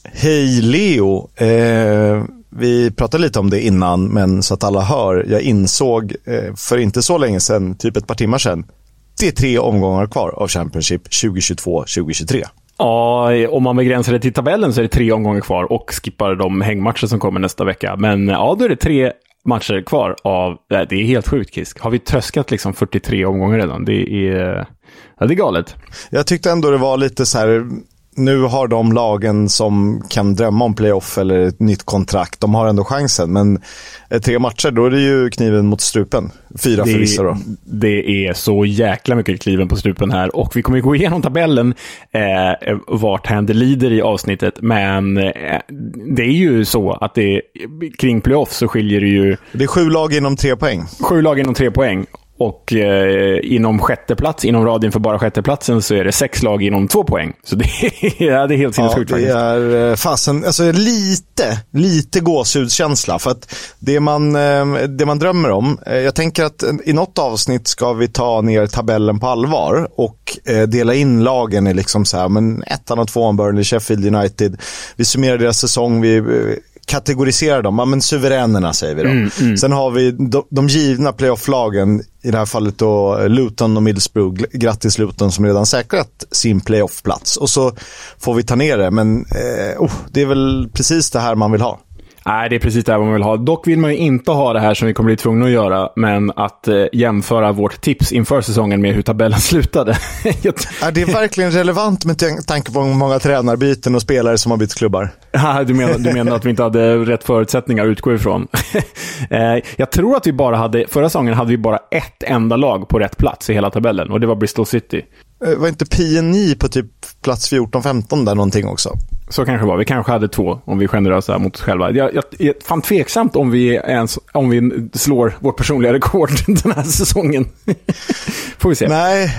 Hej Leo, vi pratade lite om det innan, men så att alla hör, jag insåg för inte så länge sedan, typ ett par timmar sedan, det är 3 omgångar kvar av Championship 2022-2023. Ja, om man begränsar det till tabellen så är det 3 omgångar kvar och skippar de hängmatcher som kommer nästa vecka. Men ja, då är det 3 matcher kvar av, det är helt sjukt, Kisk. Har vi tröskat liksom 43 omgångar redan? Det är galet. Jag tyckte ändå det var lite så här, nu har de lagen som kan drömma om playoff eller ett nytt kontrakt, de har ändå chansen, men 3 matcher, då är det ju kniven mot strupen. 4 för vissa då. Det är så jäkla mycket kniven på strupen här, och vi kommer gå igenom tabellen vart händer lider i avsnittet, men det är ju så att det kring playoff så skiljer det ju... Det är 7 lag inom 3 poäng. 7 lag inom 3 poäng. Och inom sjätteplats, inom radien för bara sjätteplatsen, så är det 6 lag inom 2 poäng. Så det är helt sinnessjukt. Ja, det är fasen, alltså lite gåshudskänsla. För att det man drömmer om, jag tänker att i något avsnitt ska vi ta ner tabellen på allvar och dela in lagen i liksom så här, men 1 och 2, Burnley, Sheffield United. Vi summerar deras säsong, vi kategoriserar dem, men suveränerna säger vi då. Sen har vi de givna playoff-lagen, i det här fallet då Luton och Middlesbrough. Grattis Luton som redan säkrat sin playoff-plats. Och så får vi ta ner det, men det är väl precis det här man vill ha. Nej, det är precis det här man vill ha. Dock vill man ju inte ha det här som vi kommer bli tvungna att göra, men att jämföra vårt tips inför säsongen med hur tabellen slutade. Är det verkligen relevant med tanke på många tränarbyten och spelare som har bytt klubbar? Du menar att vi inte hade rätt förutsättningar att utgå ifrån? Jag tror att förra säsongen hade vi bara ett enda lag på rätt plats i hela tabellen, och det var Bristol City. Var inte PNI på typ plats 14-15 där någonting också? Så kanske det var. Vi kanske hade 2 om vi är generösa mot oss själva. Jag fann tveksamt om vi slår vårt personliga rekord den här säsongen. Får vi se. Nej,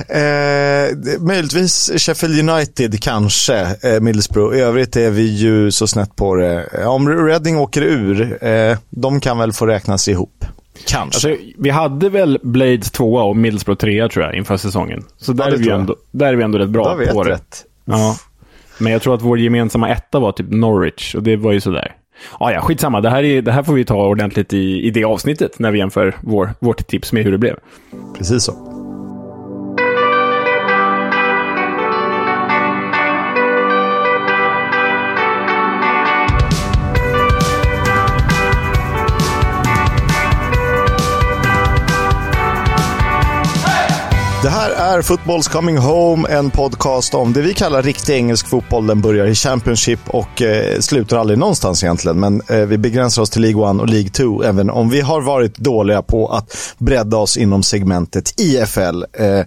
möjligtvis Sheffield United kanske, Middlesbrough. I övrigt är vi ju så snett på det. Om Reading åker ur, de kan väl få räknas ihop. Kanske. Alltså, vi hade väl Blades 2 och Middlesbrough 3 tror jag inför säsongen. Så där är vi ändå rätt bra på det. Ja. Men jag tror att vår gemensamma etta var typ Norwich, och det var ju sådär. Ja, skitsamma. Det här får vi ta ordentligt i det avsnittet när vi jämför vårt tips med hur det blev. Precis så. Det här är Football's Coming Home, en podcast om det vi kallar riktig engelsk fotboll. Den börjar i Championship och slutar aldrig någonstans egentligen. Men vi begränsar oss till League 1 och League 2, även om vi har varit dåliga på att bredda oss inom segmentet IFL.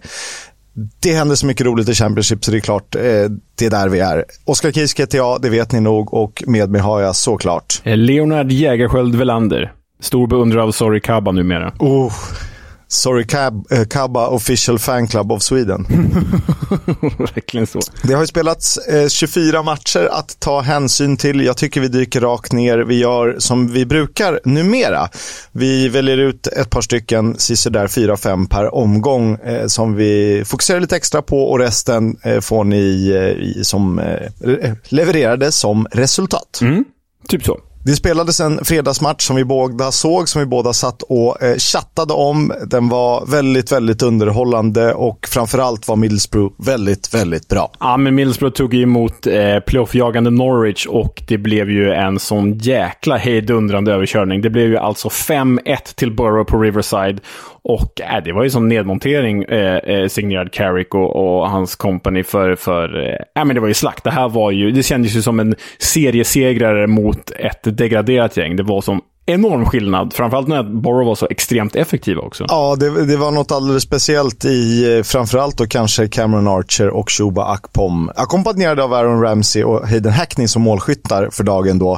Det händer så mycket roligt i Championship, så det är klart det är där vi är. Oskar Kisk heter jag, det vet ni nog, och med mig har jag såklart Leonard Jägersköld Velander, stor beundrare av Sorry Cabba numera. Sorry Cabba Official Fan Club of Sweden. Verkligen så. Det har ju spelats 24 matcher att ta hänsyn till. Jag tycker vi dyker rakt ner. Vi gör som vi brukar numera. Vi väljer ut ett par stycken, där 4-5 per omgång, som vi fokuserar lite extra på, och resten får ni som levererade som resultat. Typ så. Det spelades en fredagsmatch som vi båda såg, som vi båda satt och chattade om. Den var väldigt, väldigt underhållande, och framförallt var Middlesbrough väldigt, väldigt bra. Ja, men Middlesbrough tog emot playoffjagande Norwich, och det blev ju en sån jäkla hejdundrande överkörning. Det blev ju alltså 5-1 till Borough på Riverside, och det var ju som nedmontering signerad Carrick och hans company för men det var ju slakt. Det kändes ju som en seriesegrare mot ett degraderat gäng. Det var som enorm skillnad, framförallt när Borough var så extremt effektiva också. Ja, det var något alldeles speciellt i framförallt då kanske Cameron Archer och Shuba Akpom, ackompanjerade av Aaron Ramsey och Hayden Hackney som målskyttar för dagen då.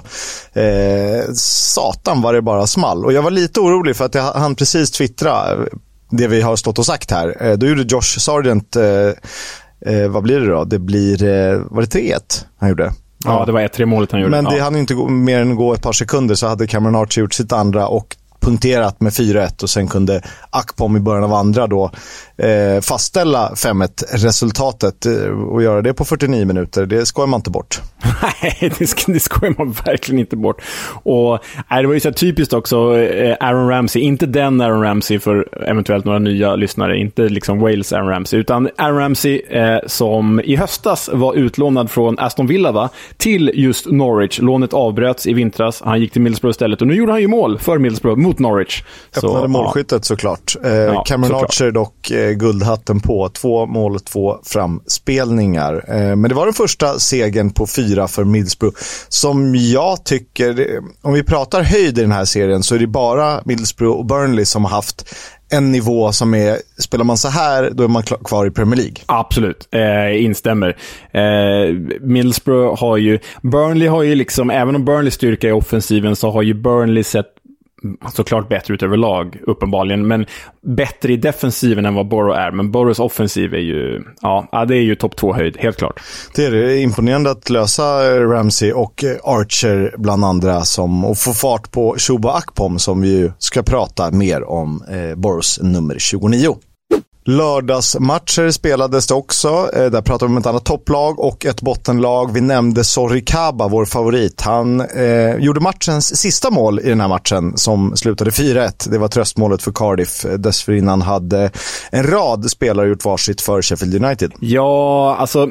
Satan var det bara small, och jag var lite orolig för att han precis twittra det vi har stått och sagt här. Då gjorde Josh Sargent vad blir det då? Det blir var det 3-1 han gjorde? Ja, det var 1-3 målet han gjorde. Men det hann ju inte mer än gå ett par sekunder, så hade Cameron Archer gjort sitt andra, och punkterat med 4-1 och sen kunde Akpom i början av andra då fastställa 5-1-resultatet och göra det på 49 minuter. Det skojar man inte bort. Nej, det skojar man verkligen inte bort. Och det var ju så typiskt också Aaron Ramsey, inte den Aaron Ramsey för eventuellt några nya lyssnare, inte liksom Wales Aaron Ramsey, utan Aaron Ramsey som i höstas var utlånad från Aston Villa till just Norwich. Lånet avbröts i vintras, han gick till Middlesbrough istället och nu gjorde han ju mål för Middlesbrough mot Norwich. Öppnade målskyttet såklart. Cameron Archer dock guldhatten på. 2 mål, 2 framspelningar. Men det var den första segern på 4 för Middlesbrough som jag tycker, om vi pratar höjd i den här serien så är det bara Middlesbrough och Burnley som har haft en nivå som är, spelar man så här då är man kvar i Premier League. Absolut, instämmer. Middlesbrough har ju, Burnley har ju liksom, även om Burnley styrka i offensiven så har ju Burnley sett såklart bättre ut överlag uppenbarligen, men bättre i defensiven än vad Borough är. Men Boroughs offensiv är ju, det är ju topp 2-höjd, helt klart. Det är imponerande att lösa Ramsey och Archer bland andra och få fart på Chuba Akpom som vi ju ska prata mer om, Boroughs nummer 29. Lördagsmatcher spelades det också. Där pratade vi om ett annat topplag och ett bottenlag. Vi nämnde Sorricaba, vår favorit. Han gjorde matchens sista mål i den här matchen som slutade 4-1. Det var tröstmålet för Cardiff. Dessförinnan hade en rad spelare gjort varsitt för Sheffield United. Ja, alltså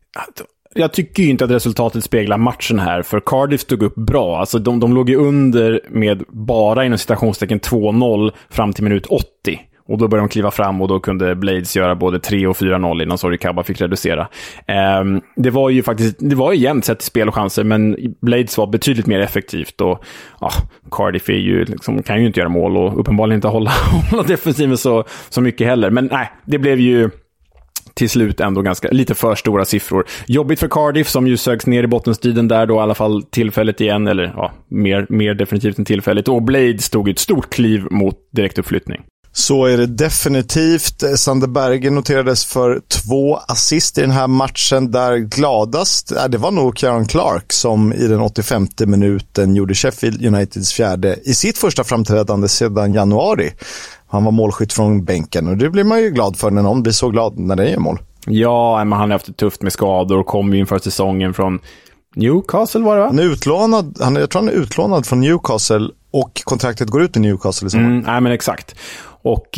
jag tycker ju inte att resultatet speglar matchen här, för Cardiff stod upp bra. Alltså de låg ju under med bara inom citationstecken 2-0 fram till minut 80. Och då började de kliva fram och då kunde Blades göra både 3 och 4-0 innan Sorricaba fick reducera. Det var ju faktiskt, det var ju jämnt sett i spel och chanser, men Blades var betydligt mer effektivt och Cardiff är ju, liksom, kan ju inte göra mål och uppenbarligen inte hålla defensiven så mycket heller. Men nej, det blev ju till slut ändå ganska lite för stora siffror. Jobbigt för Cardiff som ju sögs ner i bottenstriden där då i alla fall tillfället igen, eller mer definitivt än tillfället. Och Blades stod ett stort kliv mot direktuppflyttning. Så är det definitivt. Sander Berge noterades för 2 assist i den här matchen. Där gladast, det var nog Kieran Clark som i den 85:e minuten gjorde Sheffield Uniteds 4:e i sitt första framträdande sedan januari. Han var målskytt från bänken och det blir man ju glad för när någon blir så glad när det är mål. Ja, men han har haft det tufft med skador och kom ju inför säsongen från Newcastle var det va? Han är utlånad, jag tror han är utlånad från Newcastle och kontraktet går ut i Newcastle i sommar. Nej men exakt. Och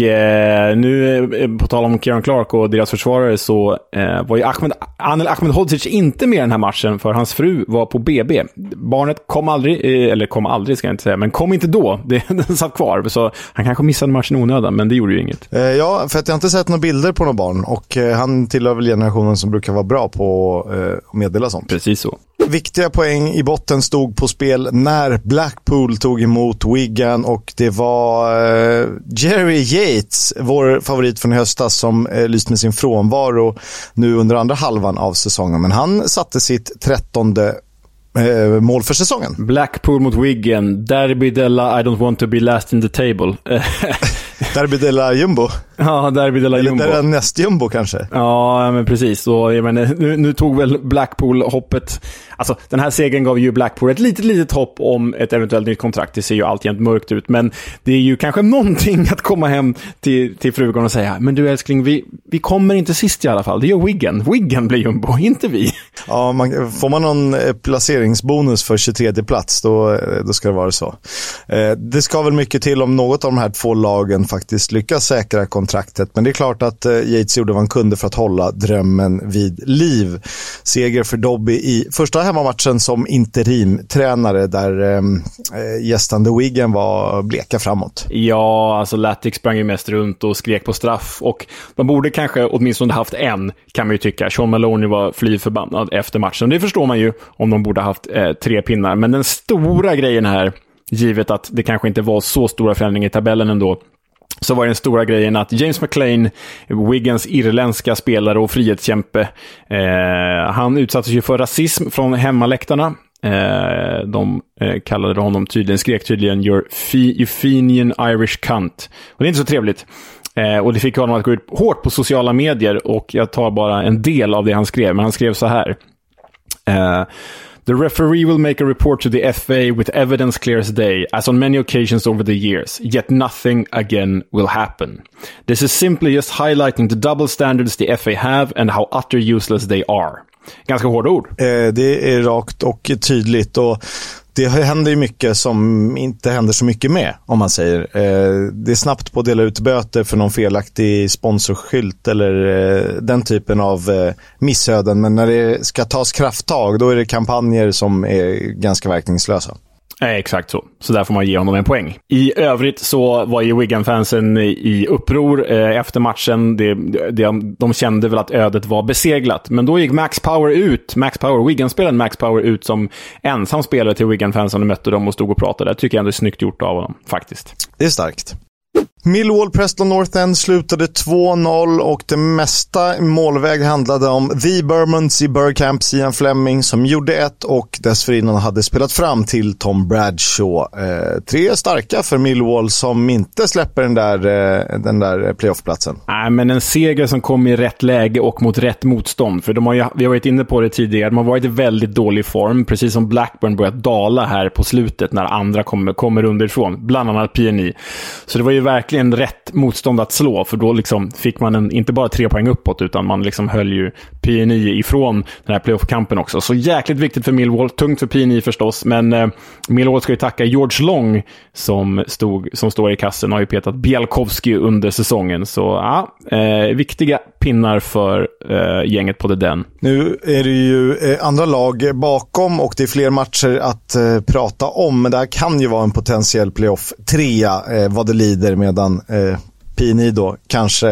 nu på tal om Kieran Clark och deras försvarare så var ju Anel Ahmedhodzic inte med i den här matchen för hans fru var på BB. Barnet kom aldrig ska jag inte säga, men kom inte då. Den satt kvar, så han kanske missade matchen i onödan, men det gjorde ju inget. Ja, för att jag har inte sett några bilder på några barn och han tillhör väl generationen som brukar vara bra på att meddela sånt. Precis så. Viktiga poäng i botten stod på spel när Blackpool tog emot Wigan och det var Jerry Yates, vår favorit från höstas, som lyst med sin frånvaro nu under andra halvan av säsongen. Men han satte sitt 13:e mål för säsongen. Blackpool mot Wigan, Derby della I don't want to be last in the table. Derby della Jumbo. Ja, Derby della Jumbo. Eller näst Jumbo kanske. Ja, men precis. Så, jag menar, nu tog väl Blackpool hoppet. Alltså, den här segern gav ju Blackpool ett litet hopp om ett eventuellt nytt kontrakt. Det ser ju alltid mörkt ut, men det är ju kanske någonting att komma hem till frugan och säga, men du älskling, vi kommer inte sist i alla fall. Det gör Wigan. Wigan blir Jumbo, inte vi. Ja, får man någon placeringsbonus för 23:e plats, då ska det vara så. Det ska väl mycket till om något av de här 2 lagen faktiskt lyckas säkra kontraktet, men det är klart att Yates gjorde vad han kunde för att hålla drömmen vid liv. Seger för Dobby i första hemmamatchen som interimtränare där gästande Wigan var bleka framåt. Ja, alltså Lattic sprang ju mest runt och skrek på straff och de borde kanske åtminstone haft en, kan man ju tycka. Sean Maloney var fly förbannad efter matchen. Det förstår man ju om de borde haft 3 pinnar, men den stora grejen här, givet att det kanske inte var så stora förändringar i tabellen ändå, så var den stora grejen att James McLean, Wigans irländska spelare och frihetskämpe, han utsattes ju för rasism från hemmaläktarna. De kallade honom skrek tydligen "You're Fenian Irish cunt". Och det är inte så trevligt. Och det fick honom att gå ut hårt på sociala medier, och jag tar bara en del av det han skrev, men han skrev så här: The referee will make a report to the FA with evidence clear as day, as on many occasions over the years, yet nothing again will happen. This is simply just highlighting the double standards the FA have and how utter useless they are. Ganska hårda ord. Det är rakt och tydligt, och det händer ju mycket som inte händer så mycket med, om man säger. Det är snabbt på att dela ut böter för någon felaktig sponsorskylt eller den typen av missöden. Men när det ska tas krafttag, då är det kampanjer som är ganska verkningslösa. Exakt så. Så där får man ge honom en poäng. I övrigt så var ju Wigan-fansen i uppror efter matchen. De kände väl att ödet var beseglat. Men då gick Max Power ut. Wigan-spelaren Max Power ut som ensam spelare till Wigan-fansen och mötte dem och stod och pratade. Det tycker jag ändå är snyggt gjort av honom, faktiskt. Det är starkt. Millwall Preston North End slutade 2-0 och det mesta målväg handlade om The Bermans i Bergkamp, Ian Fleming som gjorde 1 och dessförinnan hade spelat fram till Tom Bradshaw. 3 starka för Millwall som inte släpper den där playoffplatsen. Nej, men en seger som kom i rätt läge och mot rätt motstånd. För vi har varit inne på det tidigare. De har varit i väldigt dålig form, precis som Blackburn börjat dala här på slutet när andra kommer underifrån, bland annat PNI. Så det var ju verkligen rätt motstånd att slå, för då liksom fick man inte bara 3 poäng uppåt, utan man liksom höll ju PNI ifrån den här playoff-kampen också. Så jäkligt viktigt för Millwall, tungt för PNI förstås, men Millwall ska ju tacka George Long som står i kassen och har ju petat Bialkowski under säsongen. Så ja, viktiga pinnar för gänget på den. Nu är det ju andra lag bakom och det är fler matcher att prata om, men det här kan ju vara en potentiell playoff 3 vad det lider, medan PNI då kanske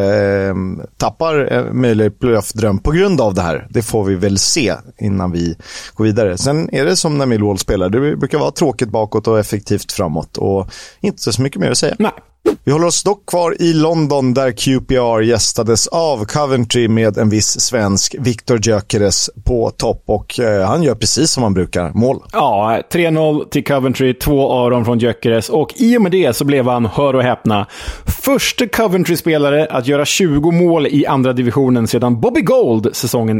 tappar möjlig playoff-dröm på grund av det här. Det får vi väl se innan vi går vidare. Sen är det som när Millwall spelar. Det brukar vara tråkigt bakåt och effektivt framåt och inte så mycket mer att säga. Nej. Vi håller oss dock kvar i London där QPR gästades av Coventry med en viss svensk, Viktor Gyökeres, på topp, och han gör precis som han brukar, mål. Ja, 3-0 till Coventry, 2 av dem från Gyökeres, och i och med det så blev han, hör och häpna, första Coventry-spelare att göra 20 mål i andra divisionen sedan Bobby Gold säsongen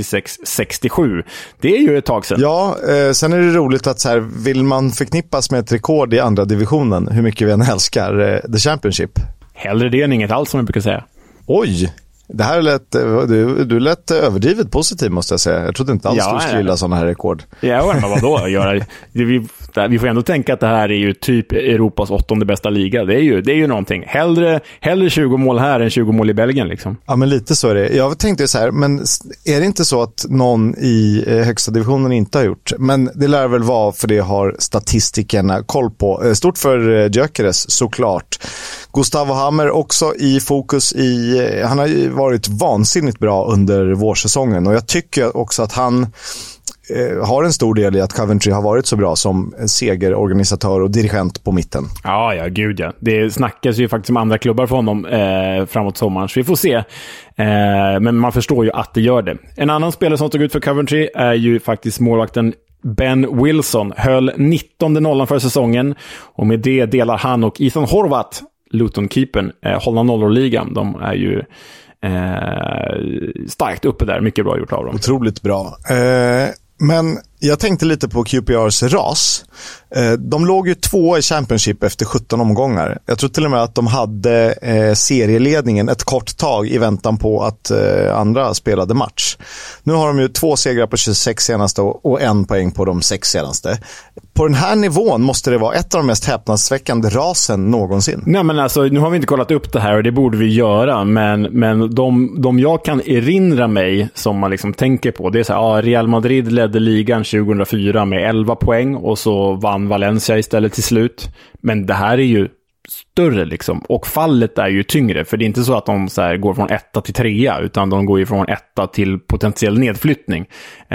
66-67. Det är ju ett tag sedan. Ja, sen är det roligt att så här, vill man förknippas med ett rekord i andra divisionen, hur mycket vi än älskar The Championship. Hellre det än inget alls, som jag brukar säga. Oj, det här lät, du lät överdrivet positiv, måste jag säga. Jag trodde inte alls du skulle gilla sådana här rekord. Ja, men vadå? Vi får ändå tänka att det här är ju typ Europas 8:e bästa liga. Det är ju någonting. Hellre 20 mål här än 20 mål i Belgien liksom. Ja, men lite så är det. Jag tänkte så här, men är det inte så att någon i högsta divisionen inte har gjort? Men det lär väl vara, för det har statistikerna koll på. Stort för Gyökeres, såklart. Gustavo Hammer också i fokus han har ju varit vansinnigt bra under vårsäsongen, och jag tycker också att han har en stor del i att Coventry har varit så bra som segerorganisatör och dirigent på mitten. Ja, gud ja. Det snackas ju faktiskt om andra klubbar för honom framåt sommaren, så vi får se. Men man förstår ju att det gör det. En annan spelare som stod ut för Coventry är ju faktiskt målvakten Ben Wilson. Höll 19:e för säsongen, och med det delar han och Ethan Horvath, Luton-keepern, hållna nollor-ligan. De är ju starkt uppe där. Mycket bra gjort av dem. Otroligt bra. Men jag tänkte lite på QPRs ras. De låg ju 2 i Championship efter 17 omgångar. Jag tror till och med att de hade serieledningen ett kort tag i väntan på att andra spelade match. Nu har de ju 2 segrar på 26 senaste och 1 poäng på de 6 senaste. På den här nivån måste det vara ett av de mest häpnadsväckande rasen någonsin. Nej, men alltså, nu har vi inte kollat upp det här och det borde vi göra, men de jag kan erinra mig som man liksom tänker på, det är så här, Real Madrid ledde ligan 2004 med 11 poäng och så vann Valencia istället till slut. Men det här är ju större liksom, och fallet är ju tyngre, för det är inte så att de så här går från 1 till 3, utan de går ju från 1 till potentiell nedflyttning.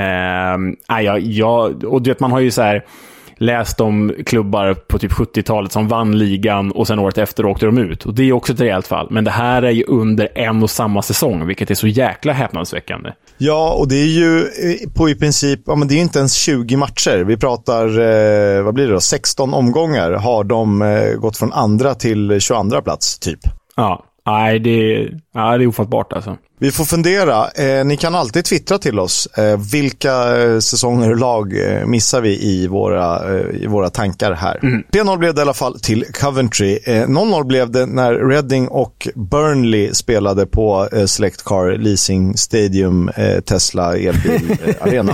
Och du vet, man har ju så här läst om klubbar på typ 70-talet som vann ligan och sen året efter åkte de ut. Och det är också ett rejält fall. Men det här är ju under en och samma säsong, vilket är så jäkla häpnadsväckande. Ja, och det är ju på i princip, ja, men det är inte ens 20 matcher. Vi pratar, vad blir det då? 16 omgångar har de gått från andra till 22 plats, typ. Ja, nej, det är ofattbart alltså. Vi får fundera. Ni kan alltid twittra till oss. Vilka säsonger och lag missar vi i våra tankar här? 3-0 blev det i alla fall till Coventry. 0-0 blev det när Reading och Burnley spelade på Select Car Leasing Stadium Tesla Elbil Arena.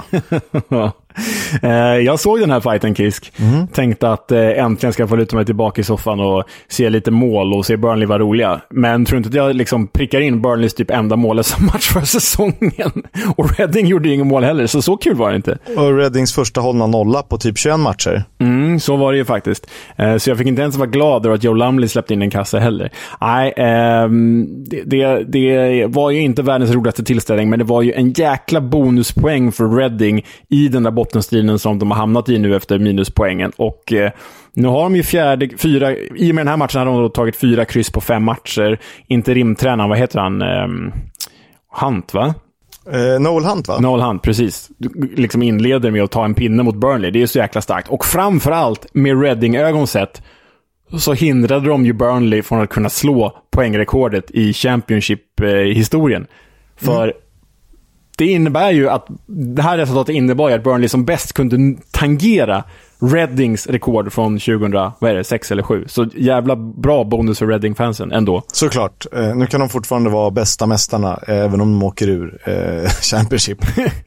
Jag såg den här fighten, Kisk. Tänkte att äntligen ska jag få luta mig tillbaka i soffan och se lite mål och se Burnley vara roliga. Men tror inte att jag liksom prickar in Burnleys typ enda målet som match för säsongen. Och Reading gjorde ingen mål heller, så kul var det inte. Och Readings första hållna nolla på typ 21 matcher. Så var det ju faktiskt. Så jag fick inte ens vara glad över att Joe Lumley släppte in en kassa heller. Nej, det var ju inte världens roligaste tillställning, men det var ju en jäkla bonuspoäng för Reading i den där bottenstriden som de har hamnat i nu efter minuspoängen. Och nu har de ju i och med den här matchen har de då tagit 4 kryss på 5 matcher. Interimtränaren, vad heter han? Hunt, va? Noel Hunt, va? Noel Hunt, precis. Liksom inleder med att ta en pinne mot Burnley. Det är så jäkla starkt. Och framförallt med Reading-ögon sett så hindrade de ju Burnley från att kunna slå poängrekordet i Championship-historien. För det innebär ju att det här resultatet innebar att Burnley som bäst kunde tangera Readings rekord från 2006 eller 7. Så jävla bra bonus för Reading-fansen ändå. Såklart. Nu kan de fortfarande vara bästa mästarna även om de åker ur Championship.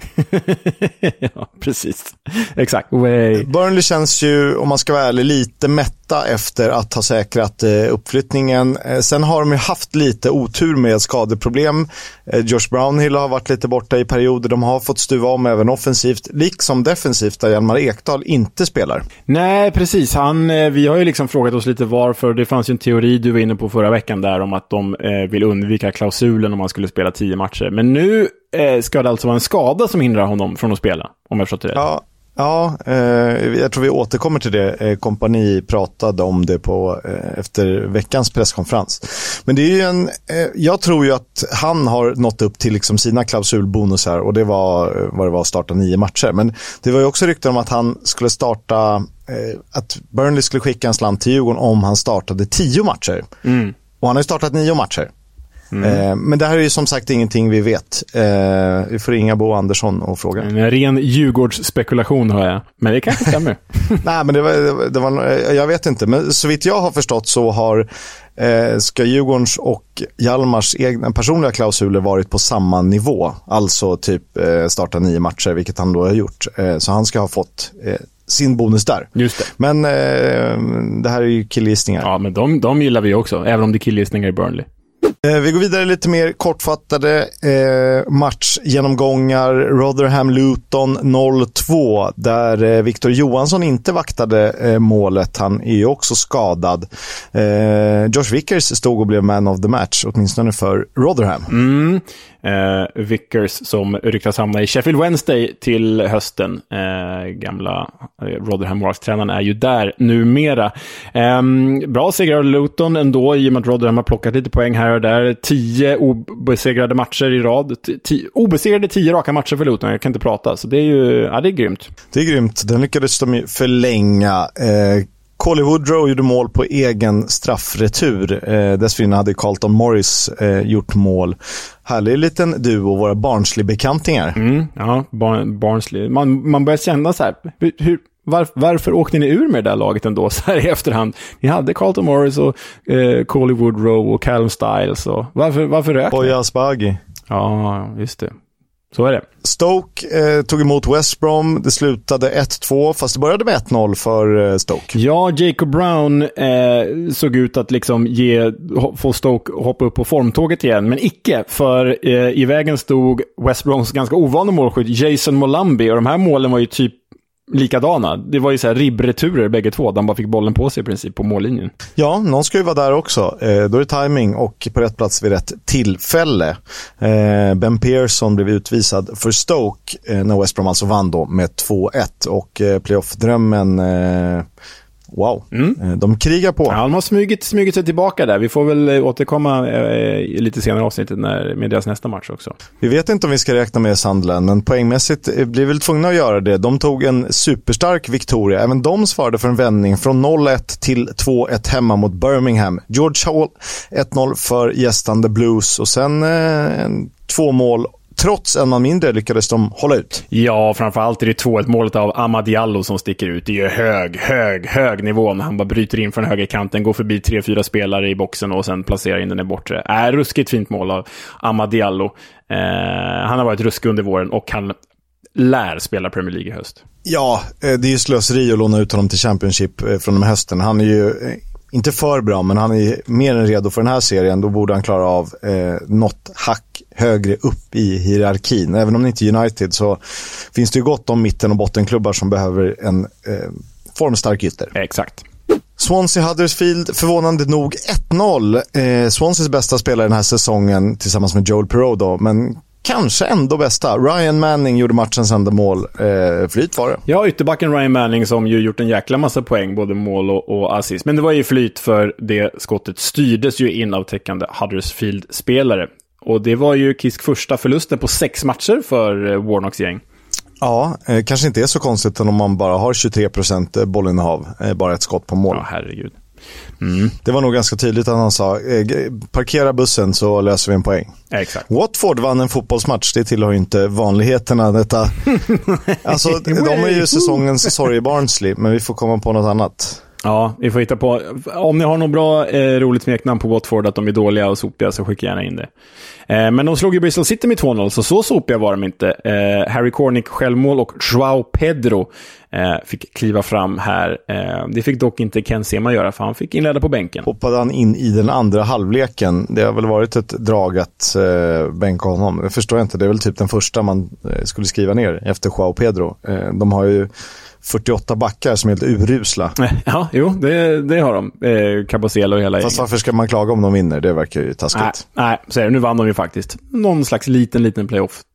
Ja, precis. Exakt. Burnley känns ju, om man ska vara ärlig, lite mätta efter att ha säkrat uppflyttningen. Sen har de ju haft lite otur med skadeproblem. Josh Brownhill har varit lite borta i perioder. De har fått stuva om även offensivt, liksom defensivt, där Hjalmar Ekdal inte spelar. Nej, precis. Vi har ju liksom frågat oss lite varför. Det fanns ju en teori du var inne på förra veckan där om att de vill undvika klausulen om man skulle spela 10 matcher. Men nu ska det alltså vara en skada som hindrar honom från att spela, om jag förstår det rätt. Ja, jag tror vi återkommer till det. Kompani pratade om det efter veckans presskonferens. Men det är ju jag tror ju att han har nått upp till liksom sina klausulbonusar, och det var vad det var att starta 9 matcher. Men det var ju också rykten om att han skulle starta, att Burnley skulle skicka en slant till Djurgården om han startade 10 matcher. Och han har ju startat 9 matcher. Men det här är ju som sagt ingenting vi vet. Vi får ringa Bo Andersson och fråga. En ren Djurgårdsspekulation har jag. Men det kanske stämmer. Nej, men det var jag vet inte. Men så vitt jag har förstått så ska Djurgårdens och Hjalmars egna personliga klausuler varit på samma nivå. Alltså typ starta 9 matcher, vilket han då har gjort. Så han ska ha fått sin bonus där. Just det. Men det här är ju killgissningar. Ja, men de gillar vi också, även om det är killgissningar i Burnley. Vi går vidare lite mer kortfattade matchgenomgångar. Rotherham-Luton 0-2 där Victor Johansson inte vaktade målet. Han är ju också skadad. Josh Vickers stod och blev man of the match, åtminstone för Rotherham. Vickers som ryktas hamna i Sheffield Wednesday till hösten. Gamla Rotherham Warriors-tränaren är ju där numera. Bra seger av Luton ändå, i och med att Rotherham har plockat lite poäng här och där. 10 obesegrade matcher i rad. Obesegrade 10 raka matcher för Luton. Jag kan inte prata, så det är ju det är grymt. Det är grymt. Den lyckades de förlänga. Coley Woodrow gjorde mål på egen straffretur. Dessförinnan hade Carlton Morris gjort mål. Härlig liten duo, våra Barnsley-bekantingar. Ja, Barnsley. Man börjar känna så här, varför åkte ni ur med det där laget ändå så här i efterhand? Ni hade Carlton Morris och Coley Woodrow och Callum Styles. Och varför rök ni? Boja Asbaghi. Ja, just det. Så är det. Stoke tog emot West Brom. Det slutade 1-2, fast det började med 1-0 för Stoke. Ja, Jacob Brown såg ut att liksom få Stoke hoppa upp på formtåget igen, men icke, för i vägen stod West Broms ganska ovanliga målskytt Jason Molumby, och de här målen var ju typ likadana. Det var ju så här ribbreturer bägge två. De bara fick bollen på sig i princip på mållinjen. Ja, någon ska ju vara där också. Då är det timing och på rätt plats vid rätt tillfälle. Ben Pearson blev utvisad för Stoke när West Brom alltså vann då med 2-1, och playoff-drömmen Wow, de krigar på. Ja, de har smugit sig tillbaka där. Vi får väl återkomma lite senare avsnittet med deras nästa match också. Vi vet inte om vi ska räkna med Sunderland, men poängmässigt blir väl tvungna att göra det. De tog en superstark Victoria. Även de svarade för en vändning från 0-1 till 2-1 hemma mot Birmingham. George Hall 1-0 för gästande Blues och sen 2 mål. Trots en man mindre lyckades de hålla ut. Ja, framförallt är det 2-1 målet av Amad Diallo som sticker ut. Det är ju hög nivå när han bara bryter in från högerkanten, går förbi 3-4 spelare i boxen och sen placerar in den i bortre. Ruskigt fint mål av Amad Diallo. Han har varit ruskig under våren och han lär spela Premier League i höst. Ja, det är ju slöseri att låna ut honom till Championship från de hösten. Han är ju inte för bra, men han är mer än redo för den här serien. Då borde han klara av något hack högre upp i hierarkin. Även om det inte är United så finns det ju gott om mitten- och bottenklubbar som behöver en formstark ytter. Exakt. Swansea Huddersfield, förvånande nog 1-0. Swanseas bästa spelare den här säsongen tillsammans med Joel Perreault då, men kanske ändå bästa. Ryan Manning gjorde matchens enda mål. Flyt var det. Ja, ytterbacken Ryan Manning som ju gjort en jäkla massa poäng, både mål och assist. Men det var ju flyt för det skottet styrdes ju in av täckande Huddersfield-spelare. Och det var ju Kisk första förlusten på 6 matcher för Warnocks gäng. Ja, kanske inte är så konstigt om man bara har 23% bollinnehav, bara ett skott på mål. Ja, herregud. Det var nog ganska tydligt att han sa parkera bussen så löser vi en poäng. Exakt. Watford vann en fotbollsmatch, det tillhör ju inte vanligheterna detta. Alltså, de är ju säsongens sorg Barnsley, men vi får komma på något annat. Ja, vi får hitta på. Om ni har något bra roligt smeknamn på Watford att de är dåliga och sopiga så skicka gärna in det. Men de slog ju Bristol City med 2-0, så sopiga var de inte. Harry Cornick självmål och João Pedro fick kliva fram här. Det fick dock inte Ken Sema göra, för han fick inleda på bänken. Hoppade han in i den andra halvleken? Det har väl varit ett drag att bänka honom. Det förstår jag inte, det är väl typ den första man skulle skriva ner efter João Pedro. De har ju 48 backar som är helt urusla. Ja, jo, det har de. Cabocelo och hela. Fast varför ska man klaga om de vinner? Det verkar ju taskigt. Nej, så är det. Nu vann de ju faktiskt. Någon slags liten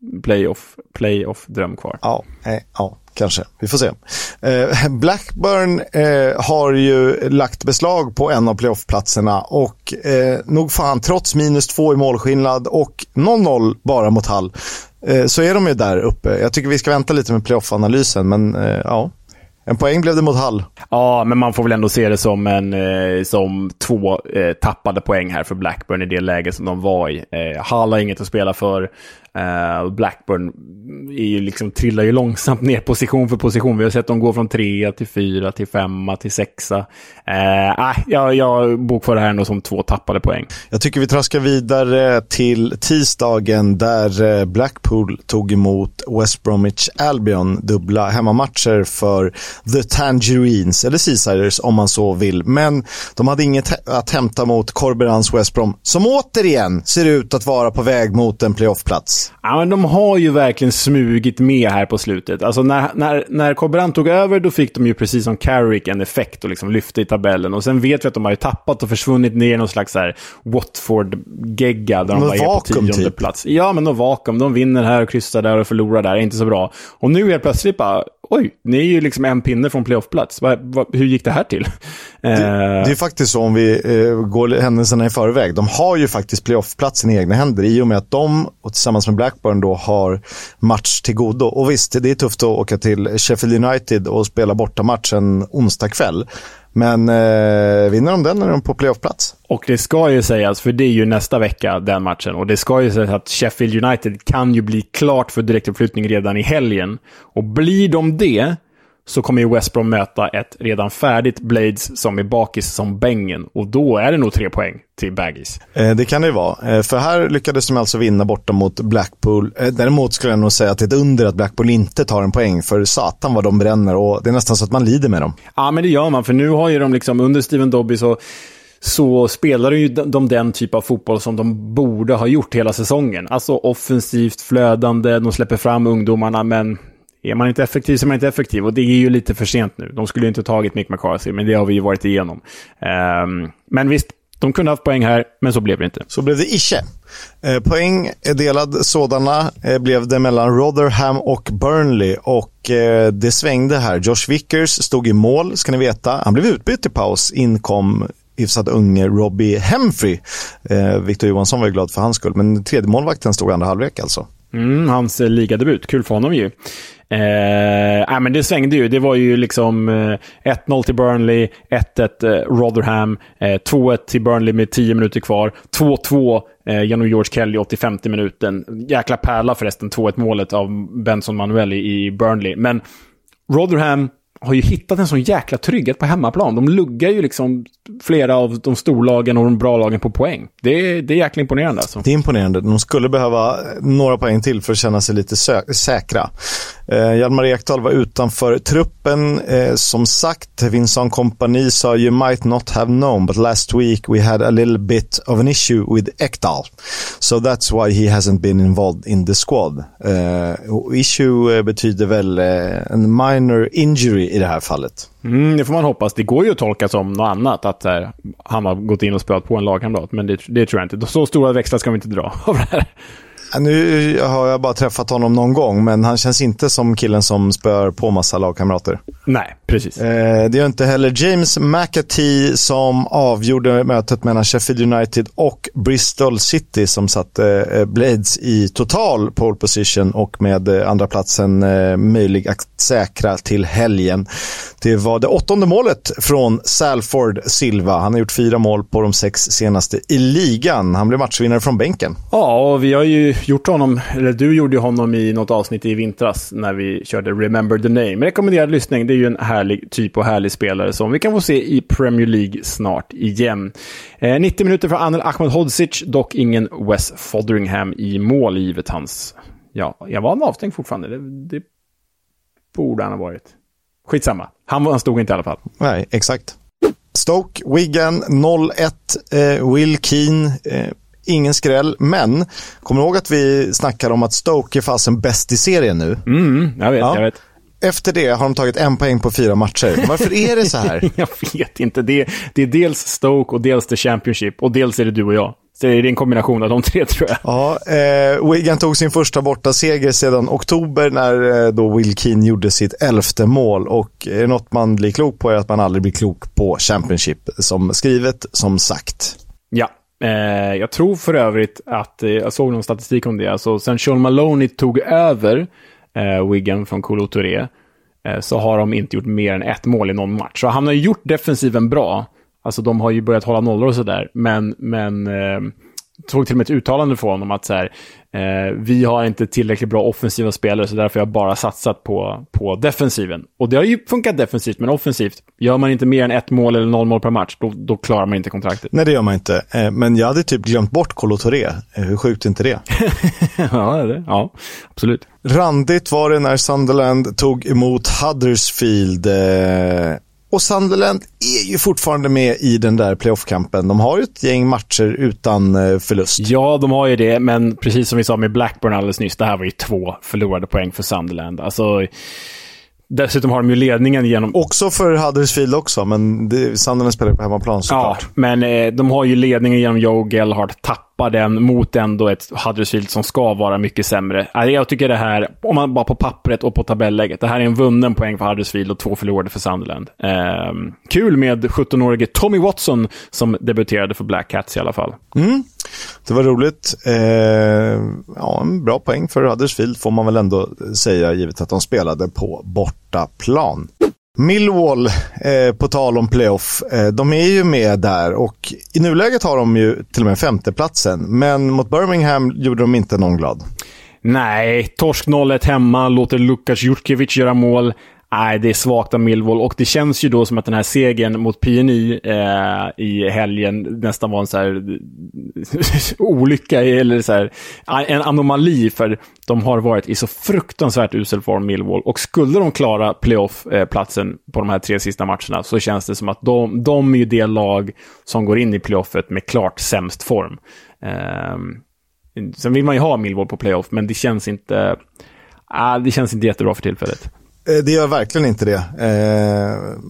playoff dröm kvar. Ja, kanske. Vi får se. Blackburn har ju lagt beslag på en av playoffplatserna och nog fan, trots -2 i målskillnad och 0-0 bara mot Hull, så är de ju där uppe. Jag tycker vi ska vänta lite med playoff-analysen, men ja. En poäng blev det mot Hull. Ja, men man får väl ändå se det som 2 tappade poäng här för Blackburn i det läge som de var i. Hull har inget att spela för. Blackburn trillar ju långsamt ner position för position. Vi har sett dem gå från 3 till 4 till 5 till 6. Jag bokför det här ändå som 2 tappade poäng. Jag tycker vi traskar vidare till tisdagen där Blackpool tog emot West Bromwich Albion, dubbla hemmamatcher för The Tangerines, eller Seasiders om man så vill. Men de hade inget att hämta mot Corberans West Brom, som återigen ser ut att vara på väg mot en playoffplats. Ja, men de har ju verkligen smugit med här på slutet. Alltså när Corberan tog över, då fick de ju precis som Carrick en effekt och liksom lyfte i tabellen. Och sen vet vi att de har ju tappat och försvunnit ner i någon slags här Watford-gegga där de bara är på 10:e plats. Ja, men de vakuum. De vinner här och kryssar där och förlorar där. Inte så bra. Och nu är plötsligt bara, oj, ni är ju liksom en pinne från playoffplats. Hur gick det här till? Det är faktiskt så, om vi går händelserna i förväg. De har ju faktiskt playoffplatsen i egna händer i och med att de och tillsammans med Blackburn då har match till godo. Och visst, det är tufft att åka till Sheffield United och spela bortamatch en onsdag kväll. Men vinner de den är de på playoffplats. Och det ska ju sägas, för det är ju nästa vecka den matchen. Och det ska ju sägas att Sheffield United kan ju bli klart för direktuppflyttning redan i helgen. Och blir de det, så kommer ju West Brom möta ett redan färdigt Blades som är bakis som bängen. Och då är det nog 3 poäng till Baggies. Det kan det ju vara. För här lyckades de alltså vinna borta mot Blackpool. Däremot skulle jag nog säga att det är ett under att Blackpool inte tar en poäng. För satan vad de bränner, och det är nästan så att man lider med dem. Ja, men det gör man. För nu har ju de liksom under Steven Dobby så spelar ju de den typ av fotboll som de borde ha gjort hela säsongen. Alltså offensivt, flödande, de släpper fram ungdomarna, men är man inte effektiv så är man inte effektiv. Och det är ju lite för sent nu. De skulle ju inte tagit Mick McCarthy, men det har vi ju varit igenom. Men visst, De kunde haft poäng här, men så blev det inte. Så blev det inte. Poäng delad sådana blev det mellan Rotherham och Burnley, och det svängde här. Josh Vickers stod i mål, ska ni veta. Han blev utbytt i paus, inkom hyfsat unge Robbie Hemfrey. Victor Johansson var ju glad för hans skull, men tredje målvakten stod andra halvlek alltså. Hans ligadebut, kul för honom ju. Men det svängde ju. Det var ju liksom 1-0 till Burnley, 1-1 Rotherham, 2-1 till Burnley med 10 minuter kvar, 2-2 genom George Kelly 85 minuten. Jäkla pärla förresten, 2-1 målet av Benson Manuel i Burnley. Men Rotherham har ju hittat en sån jäkla trygghet på hemmaplan. De luggar ju liksom flera av de storlagen och de bra lagen på poäng. Det är jäkla imponerande alltså. Det är imponerande. De skulle behöva några poäng till för att känna sig lite säkra. Hjalmar Ekdal var utanför truppen. Som sagt, Vincent Kompany sa "You might not have known, but last week we had a little bit of an issue with Ekdal. So that's why he hasn't been involved in the squad." Issue betyder väl en minor injury i det här fallet. Det får man hoppas. Det går ju att tolka som något annat, att han har gått in och spelat på en lagkamrat, men det tror jag inte. Så stora växlar ska vi inte dra av det här. Nu har jag bara träffat honom någon gång, men han känns inte som killen som spör på massa lagkamrater. Nej, precis. Det gör inte heller James McAtee, som avgjorde mötet mellan Sheffield United och Bristol City, som satte Blades i total pole position och med andra platsen möjlig att säkra till helgen. Det var det 8:e målet från Salford Silva. Han har gjort 4 mål på de 6 senaste i ligan. Han blev matchvinnare från bänken. Ja, och vi har ju gjort honom, eller du gjorde honom i något avsnitt i vintras när vi körde Remember the Name. Rekommenderad lyssning. Det är ju en härlig typ och härlig spelare som vi kan få se i Premier League snart igen. 90 minuter för Anel Ahmedhodzic, dock ingen Wes Fotheringham i mål, givet hans... Ja, jag var avstängd fortfarande. Det borde han ha varit. Skitsamma. Han stod inte i alla fall. Nej, exakt. Stoke, Wigan 0-1, Will Keane, ingen skräll, men kommer ihåg att vi snackar om att Stoke är fasen bäst i serien nu? Jag vet. Efter det har de tagit 1 poäng på 4 matcher. Varför är det så här? Jag vet inte. Det är dels Stoke och dels The Championship och dels är det du och jag. Så det är en kombination av de 3, tror jag. Ja, Wigan tog sin första borta seger sedan oktober, när då Will Keane gjorde sitt 11:e mål, och något man blir klok på är att man aldrig blir klok på Championship, som skrivet, som sagt. Ja. Jag tror för övrigt att jag såg någon statistik om det. Alltså, sen Sean Maloney tog över Wigan från Kolo Touré, så har de inte gjort mer än 1 mål i någon match. Så han har ju gjort defensiven bra. Alltså de har ju börjat hålla nollor och sådär. Men tog till och med ett uttalande från honom att så här, vi har inte tillräckligt bra offensiva spelare, så därför har jag bara satsat på defensiven. Och det har ju funkat defensivt, men offensivt, gör man inte mer än 1 mål eller 0 mål per match, då klarar man inte kontraktet. Nej, det gör man inte. Men jag hade typ glömt bort Kolo Touré. Hur sjukt är inte det? Ja, absolut. Randigt var det när Sunderland tog emot Huddersfield. Och Sunderland är ju fortfarande med i den där playoff-kampen. De har ju ett gäng matcher utan förlust. Ja, de har ju det, men precis som vi sa med Blackburn alldeles nyss, det här var ju 2 förlorade poäng för Sunderland. Alltså, dessutom har de ju ledningen genom... Också för Huddersfield också, men Sunderland spelar på hemmaplan såklart. Ja, men de har ju ledningen genom Joe Gelhardt, tappar den mot ändå ett Huddersfield som ska vara mycket sämre. Jag tycker det här, om man bara på pappret och på tabelläget, det här är en vunnen poäng för Huddersfield och 2 förlorade för Sunderland. Kul med 17-årige Tommy Watson som debuterade för Black Cats i alla fall. Det var roligt. En bra poäng för Huddersfield får man väl ändå säga, givet att de spelade på bortaplan. Millwall, på tal om playoff, de är ju med där, och i nuläget har de ju till och med 5:e platsen, men mot Birmingham gjorde de inte någon glad. Nej, torsk 0-1 hemma, låter Lukas Jurkevic göra mål. Nej, det är svagt av Millwall, och det känns ju då som att den här segern mot PNI i helgen nästan var en så här olycka, eller så här, en anomali, för de har varit i så fruktansvärt usel form, Millwall, och skulle de klara playoff-platsen på de här 3 sista matcherna, så känns det som att de är ju det lag som går in i playoffet med klart sämst form. Sen vill man ju ha Millwall på playoff, men det känns inte jättebra för tillfället. Det gör verkligen inte det.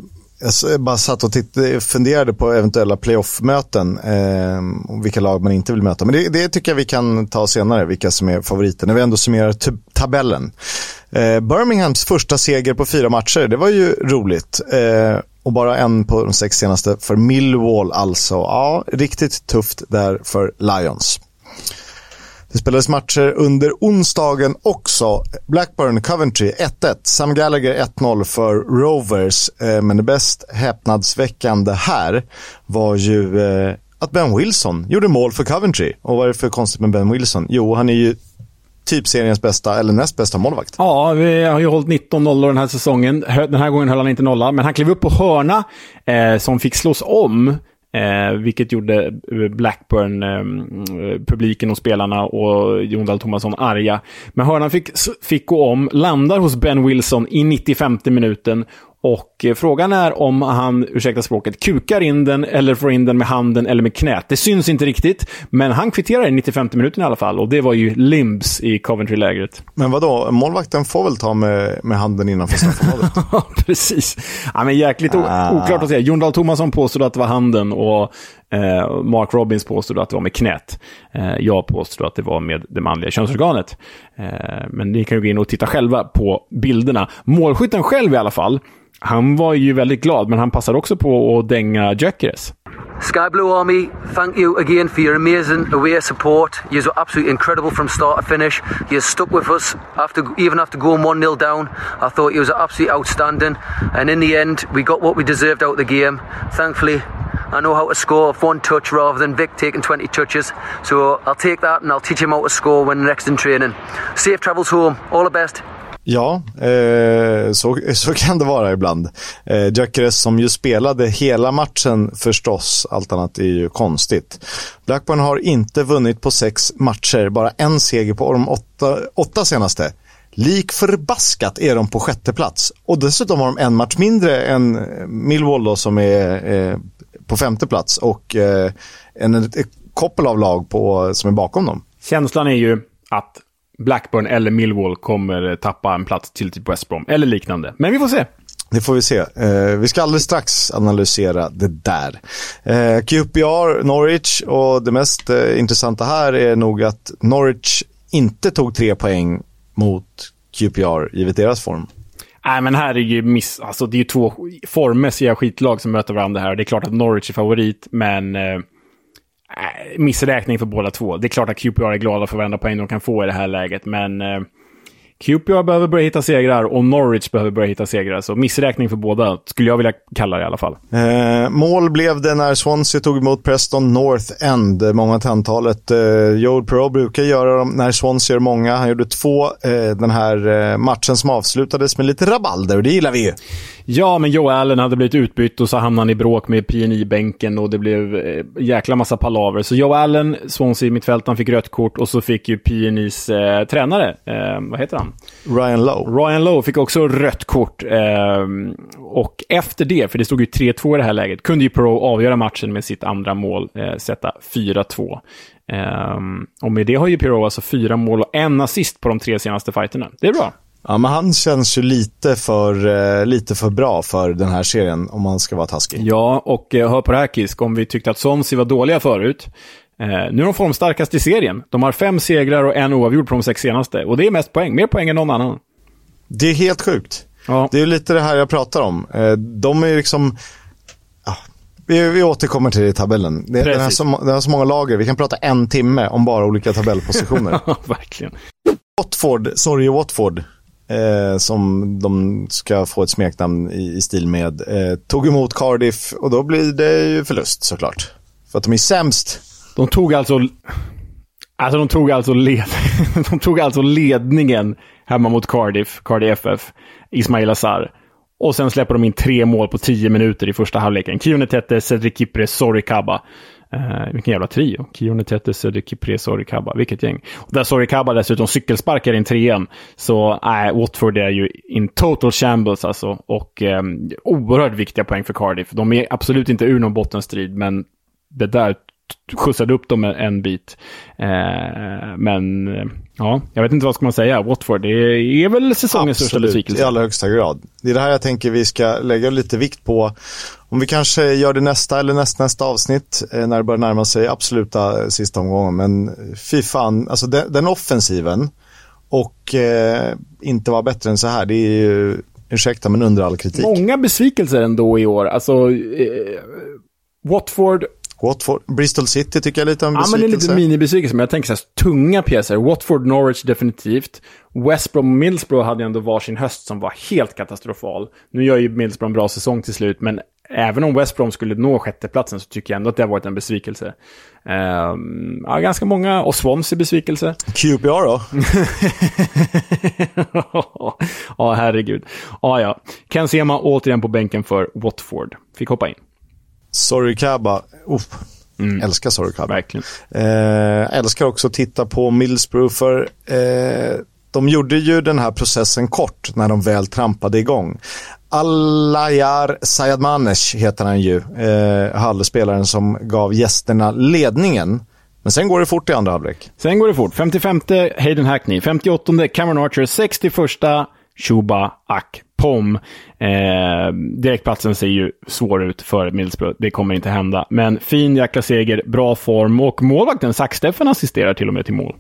Jag bara satt och funderade på eventuella playoff-möten och vilka lag man inte vill möta. Men det tycker jag vi kan ta senare, vilka som är favoriter. När vi ändå summerar tabellen. Birminghams första seger på 4 matcher, det var ju roligt. Och bara en på de 6 senaste för Millwall alltså. Ja, riktigt tufft där för Lions. Det spelades matcher under onsdagen också. Blackburn Coventry 1-1. Sam Gallagher 1-0 för Rovers. Men det bäst häpnadsväckande här var ju att Ben Wilson gjorde mål för Coventry. Och vad är det för konstigt med Ben Wilson? Jo, han är ju typ seriens bästa eller näst bästa målvakt. Ja, vi har ju hållit 19 nollor den här säsongen. Den här gången höll han inte nolla, men han klev upp på hörna som fick slås om. Vilket gjorde Blackburn, publiken och spelarna och Jon Dahl Tomasson arga. Men hörnan fick gå om, landar hos Ben Wilson i 95:e minuten. Och frågan är om han, ursäkta språket, kukar in den eller får in den med handen eller med knät. Det syns inte riktigt, men han kvitterar i 95:e minuten i alla fall. Och det var ju Limbs i Coventry-lägret. Men vadå? Målvakten får väl ta med handen innanför straffområdet? Ja, precis. Ja, men jäkligt oklart att säga. Jon Dahl Tomasson påstod att det var handen och Mark Robbins påstod att det var med knät. Jag påstod att det var med det manliga könsorganet. Men ni kan ju gå in och titta själva på bilderna. Målskytten själv i alla fall, han var ju väldigt glad, men han passade också på att dänga Gyökeres. Sky Blue Army, thank you again for your amazing away support. You were absolutely incredible from start to finish. You stuck with us even after going 1-0 down. I thought you was absolutely outstanding. And in the end, we got what we deserved out of the game. Thankfully, I know how to score off 1 touch rather than Vic taking 20 touches. So I'll take that and I'll teach him how to score when next in training. Safe travels home. All the best. Ja, så kan det vara ibland. Gyökeres som ju spelade hela matchen förstås, allt annat är ju konstigt. Blackburn har inte vunnit på 6 matcher, bara en seger på de 8 senaste. Lik förbaskat är de på 6:e plats. Och dessutom har de en match mindre än Millwall då, som är på 5:e plats. Och ett koppel av lag som är bakom dem. Känslan är ju att Blackburn eller Millwall kommer tappa en plats till typ West Brom eller liknande. Men vi får se. Det får vi se. Vi ska alldeles strax analysera det där. QPR, Norwich, och det mest intressanta här är nog att Norwich inte tog 3 poäng mot QPR givet deras form. Nej, men här är ju alltså det är ju 2 formmässiga skitlag som möter varandra här. Det är klart att Norwich är favorit, men missräkning för båda två. Det är klart att QPR är glada för varenda poäng de kan få i det här läget, men QPR behöver börja hitta segrar och Norwich behöver börja hitta segrar, så missräkning för båda skulle jag vilja kalla det i alla fall. Mål blev det när Swansea tog emot Preston North End. Många till antalet. Joel Pro brukar göra dem när Swansea gör många. Han gjorde 2 den här matchen som avslutades med lite rabalder, och det gillar vi ju. Ja, men Joe Allen hade blivit utbytt och så hamnade han i bråk med PNI-bänken och det blev jäkla massa palaver. Så Joe Allen, Swansea i mittfältaren, fick rött kort, och så fick ju PNIs tränare, vad heter han? Ryan Lowe fick också rött kort. Och efter det, för det stod ju 3-2 i det här läget, kunde ju Pro avgöra matchen med sitt andra mål, sätta 4-2. Och med det har ju Pirou alltså 4 mål och 1 assist på de 3 senaste fighterna. Det är bra. Ja, men han känns ju lite för bra för den här serien, om man ska vara taskig. Ja, och hör på det här, Kisk, om vi tyckte att Swansea var dåliga förut. Nu är de formstarkast i serien. De har 5 segrar och 1 oavgjord på de 6 senaste. Och det är mest poäng, mer poäng än någon annan. Det är helt sjukt. Ja. Det är lite det här jag pratar om. De är ju liksom... Vi återkommer till det i tabellen. Det är så många lager. Vi kan prata 1 timme om bara olika tabellpositioner. Verkligen. Watford. Som de ska få ett smeknamn i stil med, tog emot Cardiff, och då blir det ju förlust såklart, för att de är sämst. De tog alltså ledningen hemma mot Cardiff FF, Ismail Azar, och sen släpper de in 3 mål på 10 minuter i första halvleken. Kione Tete, Cedric Kipre, Sorikaba. Vilken jävla trio. Kione Tete, Cedric Kipre, Sorikaba. Vilket gäng. Och där Sorikaba dessutom cykelsparkar in 3-1. Så Watford är ju in total shambles alltså. Och oerhört viktiga poäng för Cardiff. De är absolut inte ur någon bottenstrid, men det där skjutsade upp dem en bit. Men ja, jag vet inte vad ska man säga. Watford, det är väl säsongens största besvikelse. I allra högsta grad. Det är det här jag tänker vi ska lägga lite vikt på. Om vi kanske gör det nästa eller nästa avsnitt när det börjar närma sig absoluta sista omgången. Men fy fan, alltså den offensiven och inte vara bättre än så här, det är ju, ursäkta men under all kritik. Många besvikelser ändå i år. Alltså Watford, Bristol City tycker jag lite om besvikelse. Ja, men det är lite minibesvikelse, men jag tänker så här, tunga pjäser. Watford, Norwich definitivt. West Brom och Middlesbrough hade ju ändå varsin höst som var helt katastrofal. Nu gör ju Middlesbrough en bra säsong till slut, men även om West Brom skulle nå sjätteplatsen så tycker jag ändå att det har varit en besvikelse. Ja, ganska många. Och Swansea besvikelse. QPR då? Ja, herregud. Ja. Ken Sema återigen på bänken för Watford. Fick hoppa in. Sorry Kaba. Älskar Sorry Kaba. Verkligen. Älskar också att titta på Middlesbrough för de gjorde ju den här processen kort när de väl trampade igång. Alayar Sayadmanesh heter han ju, halvspelaren som gav gästerna ledningen. Men sen går det fort i andra halvlek. 55:e Hayden Hackney, 58:e Cameron Archer, 61:a Chuba Akpom. Direktplatsen ser ju svår ut för Middlesbrough. Det kommer inte hända. Men fin jäkla seger, bra form och målvakten Zack Steffen assisterar till och med till mål.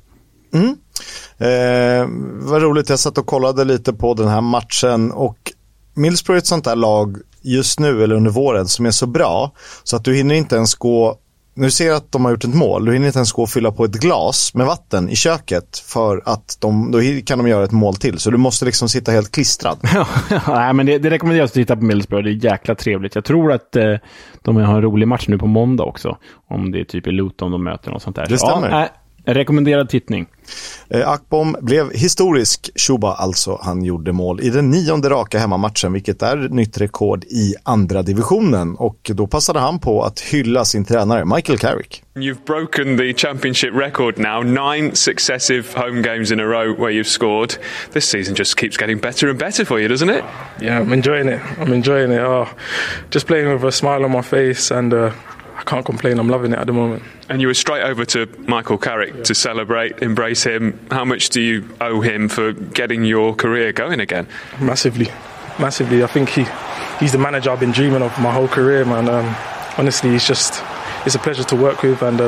Vad roligt, jag satt och kollade lite på den här matchen och Middlesbrough är ett sånt där lag just nu eller under våren som är så bra så att du hinner inte ens gå. Nu ser jag att de har gjort ett mål. Du hinner inte ens gå och fylla på ett glas med vatten i köket för att då kan de göra ett mål till. Så du måste liksom sitta helt klistrad. Nej, men det rekommenderas att titta på Middlesbrough. Det är jäkla trevligt. Jag tror att de har en rolig match nu på måndag också. Om det är typ i Luton de möter och sånt där. Det stämmer. Ja, rekommenderad tittning. Akpom blev historisk. Chuba alltså, han gjorde mål i den 9:e raka hemmamatchen, vilket är nytt rekord i andra divisionen. Och då passade han på att hylla sin tränare Michael Carrick. You've broken the championship record now, 9 successive home games in a row where you've scored. This season just keeps getting better and better for you, doesn't it? Yeah, I'm enjoying it. Oh, just playing with a smile on my face and I can't complain. I'm loving it at the moment. And you were straight over to Michael Carrick to celebrate, embrace him. How much do you owe him for getting your career going again? Massively. I think he's the manager I've been dreaming of my whole career, man. Honestly, it's a pleasure to work with, and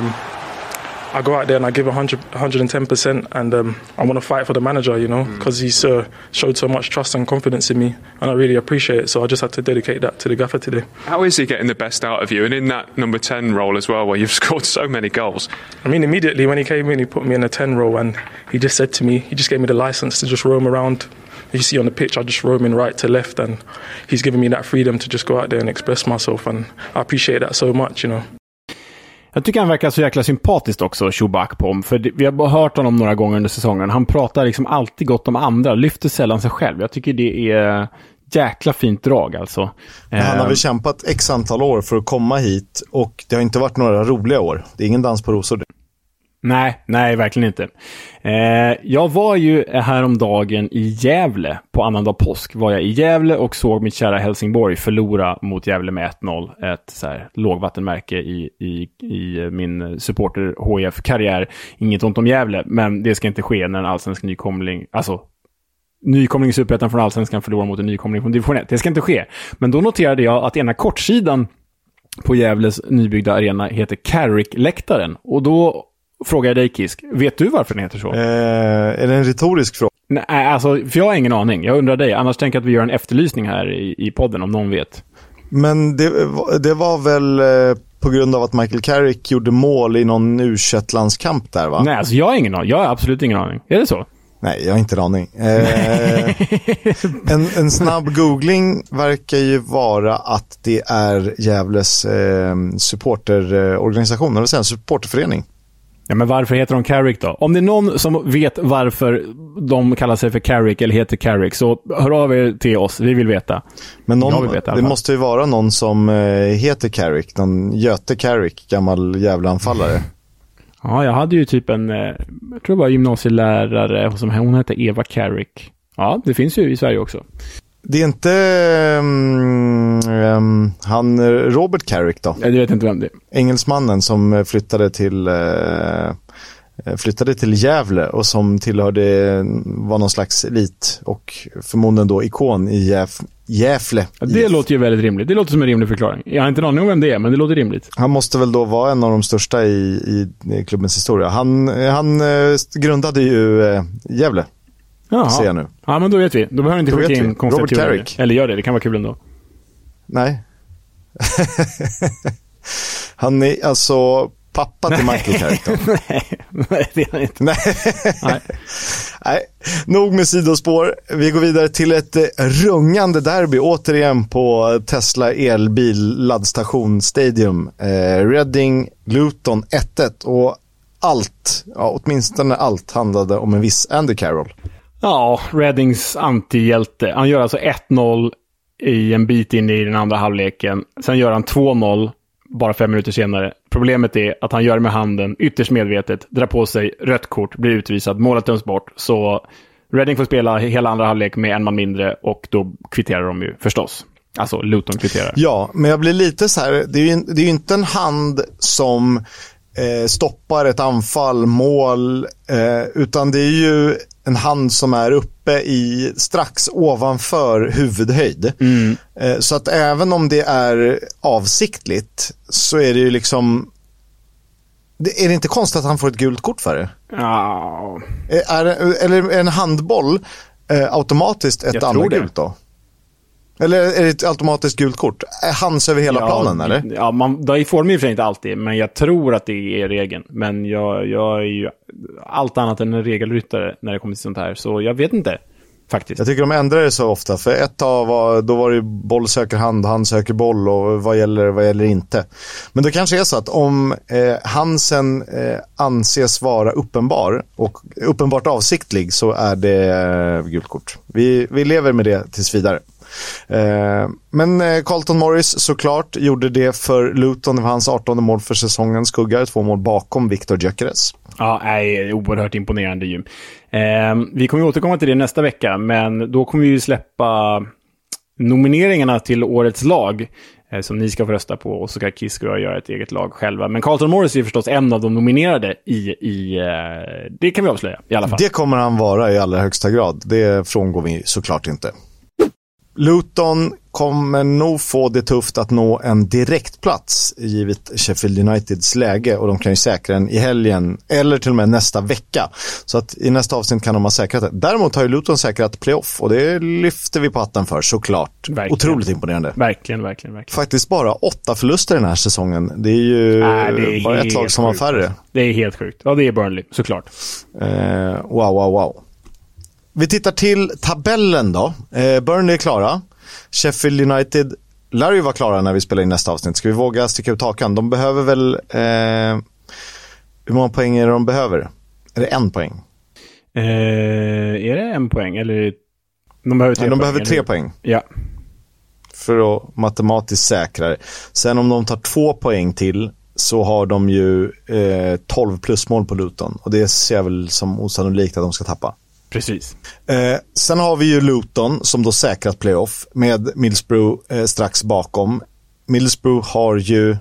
I go out there and I give 110%, and I want to fight for the manager, you know, because he's showed so much trust and confidence in me, and I really appreciate it. So I just had to dedicate that to the gaffer today. How is he getting the best out of you, and in that number 10 role as well, where you've scored so many goals? I mean, immediately when he came in, he put me in a 10 role, and he just said to me, he just gave me the license to just roam around. You see on the pitch, I just roam in right to left, and he's given me that freedom to just go out there and express myself, and I appreciate that so much, you know. Jag tycker han verkar så jäkla sympatiskt också, Chuba Akpom. För vi har bara hört honom några gånger under säsongen. Han pratar liksom alltid gott om andra, lyfter sällan sig själv. Jag tycker det är jäkla fint drag alltså. Han har väl kämpat x antal år för att komma hit och det har inte varit några roliga år. Det är ingen dans på rosor. Nej, verkligen inte. Jag var ju häromdagen i Gävle, på annandag påsk var jag i Gävle och såg mitt kära Helsingborg förlora mot Gävle med 1-0. Ett så här lågvattenmärke i min supporter HF-karriär. Inget ont om Gävle, men det ska inte ske när en allsvensk nykomling, alltså nykomling i Superettan från allsvenskan förlorar mot en nykomling från division 1. Det ska inte ske. Men då noterade jag att ena kortsidan på Gävles nybyggda arena heter Carrick-läktaren. Och då frågar jag dig, Kisk, vet du varför den heter så? Är det en retorisk fråga? Nej, alltså, för jag har ingen aning. Jag undrar dig. Annars tänker jag att vi gör en efterlysning här i podden om någon vet. Men det var väl på grund av att Michael Carrick gjorde mål i någon U21-landskamp där, va? Nej, alltså jag har ingen aning. Jag har absolut ingen aning. Är det så? Nej, jag har inte en aning. En snabb googling verkar ju vara att det är Gävles supporterorganisation, eller så en supporterförening. Ja, men varför heter de Carrick då? Om det är någon som vet varför de kallar sig för Carrick eller heter Carrick, så hör av er till oss. Vi vill veta. Men det måste ju vara någon som heter Carrick. Någon Göte Carrick, gammal jävla anfallare. Ja, jag hade ju typ jag tror det var gymnasielärare som hon hette Eva Carrick. Ja, det finns ju i Sverige också. Det är inte han Robert Carrick då? Jag vet inte vem det är. Engelsmannen som flyttade till Gävle och som var någon slags elit och förmodligen då ikon i Gävle. Ja, det låter ju väldigt rimligt. Det låter som en rimlig förklaring. Jag har inte någon aning om vem det är, men det låter rimligt. Han måste väl då vara en av de största i klubbens historia. Han grundade ju Gävle. Jaha. Ser jag nu. Ja, men då vet vi. Då behöver inte skicka in konceptteorier. Eller gör det kan vara kul ändå. Nej. Han är alltså pappa till Michael Carrick då. Nej, det är han inte. Nej, nog med sidospår. Vi går vidare till ett rungande derby återigen på Tesla elbil laddstation Stadium. Reading Luton 1-1 och åtminstone allt handlade om en viss Andy Carroll. Ja, Readings antihjälte. Han gör alltså 1-0 i en bit in i den andra halvleken. Sen gör han 2-0 bara 5 minuter senare. Problemet är att han gör det med handen ytterst medvetet, drar på sig rött kort, blir utvisad, målet döms bort. Så Reading får spela hela andra halvlek med en man mindre och då kvitterar de ju förstås. Alltså Luton kvitterar. Ja, men jag blir lite så här, det är ju inte en hand som stoppar ett anfall, mål, utan det är ju en hand som är uppe strax ovanför huvudhöjd. Så att även om det är avsiktligt så är det ju liksom, är det inte konstigt att han får ett gult kort för det? Ja. Eller en handboll automatiskt ett annat gult då? Eller är det ett automatiskt gult kort? Är hands över hela planen, eller? Ja, det får de ju för inte alltid, men jag tror att det är regeln. Men jag är ju allt annat än en regelryttare när det kommer till sånt här. Så jag vet inte, faktiskt. Jag tycker de ändrar det så ofta. För ett tag då var det boll söker hand söker boll och vad gäller inte. Men det kanske är så att om handsen anses vara uppenbar och uppenbart avsiktlig så är det gult kort. Vi lever med det tills vidare. Men Carlton Morris såklart gjorde det för Luton. Det var hans 18:e mål för säsongen, skuggar 2 mål bakom Victor Gyökeres. Ja, oerhört imponerande ju. Vi kommer återkomma till det nästa vecka, men då kommer vi ju släppa nomineringarna till årets lag som ni ska få rösta på, och så ska Kisko göra ett eget lag själva. Men Carlton Morris är förstås en av de nominerade det kan vi avslöja i alla fall. Det kommer han vara i allra högsta grad. Det frångår vi såklart inte. Luton kommer nog få det tufft att nå en direktplats givet Sheffield Uniteds läge, och de kan ju säkra den i helgen eller till och med nästa vecka. Så att i nästa avsnitt kan de ha säkrat det. Däremot har ju Luton säkrat playoff, och det lyfter vi på hatten för såklart. Verkligen. Otroligt imponerande. Verkligen. Faktiskt bara 8 förluster den här säsongen. Det är ju bara ett lag som har färre. Det är helt sjukt. Ja, det är Burnley, såklart. Wow. Vi tittar till tabellen då. Burnley är klara. Sheffield United lär ju vara klara när vi spelar in nästa avsnitt. Ska vi våga sticka ut hakan? De behöver väl... hur många poäng är det de behöver? Är det 1 poäng? Är det 1 poäng? Eller... De behöver 3 poäng. De behöver 3 poäng. Ja. För att matematiskt säkra det. Sen om de tar 2 poäng till så har de ju 12 plusmål på Luton. Och det ser jag väl som osannolikt att de ska tappa. Precis. Sen har vi ju Luton som då säkrat playoff med Middlesbrough strax bakom. Middlesbrough har ju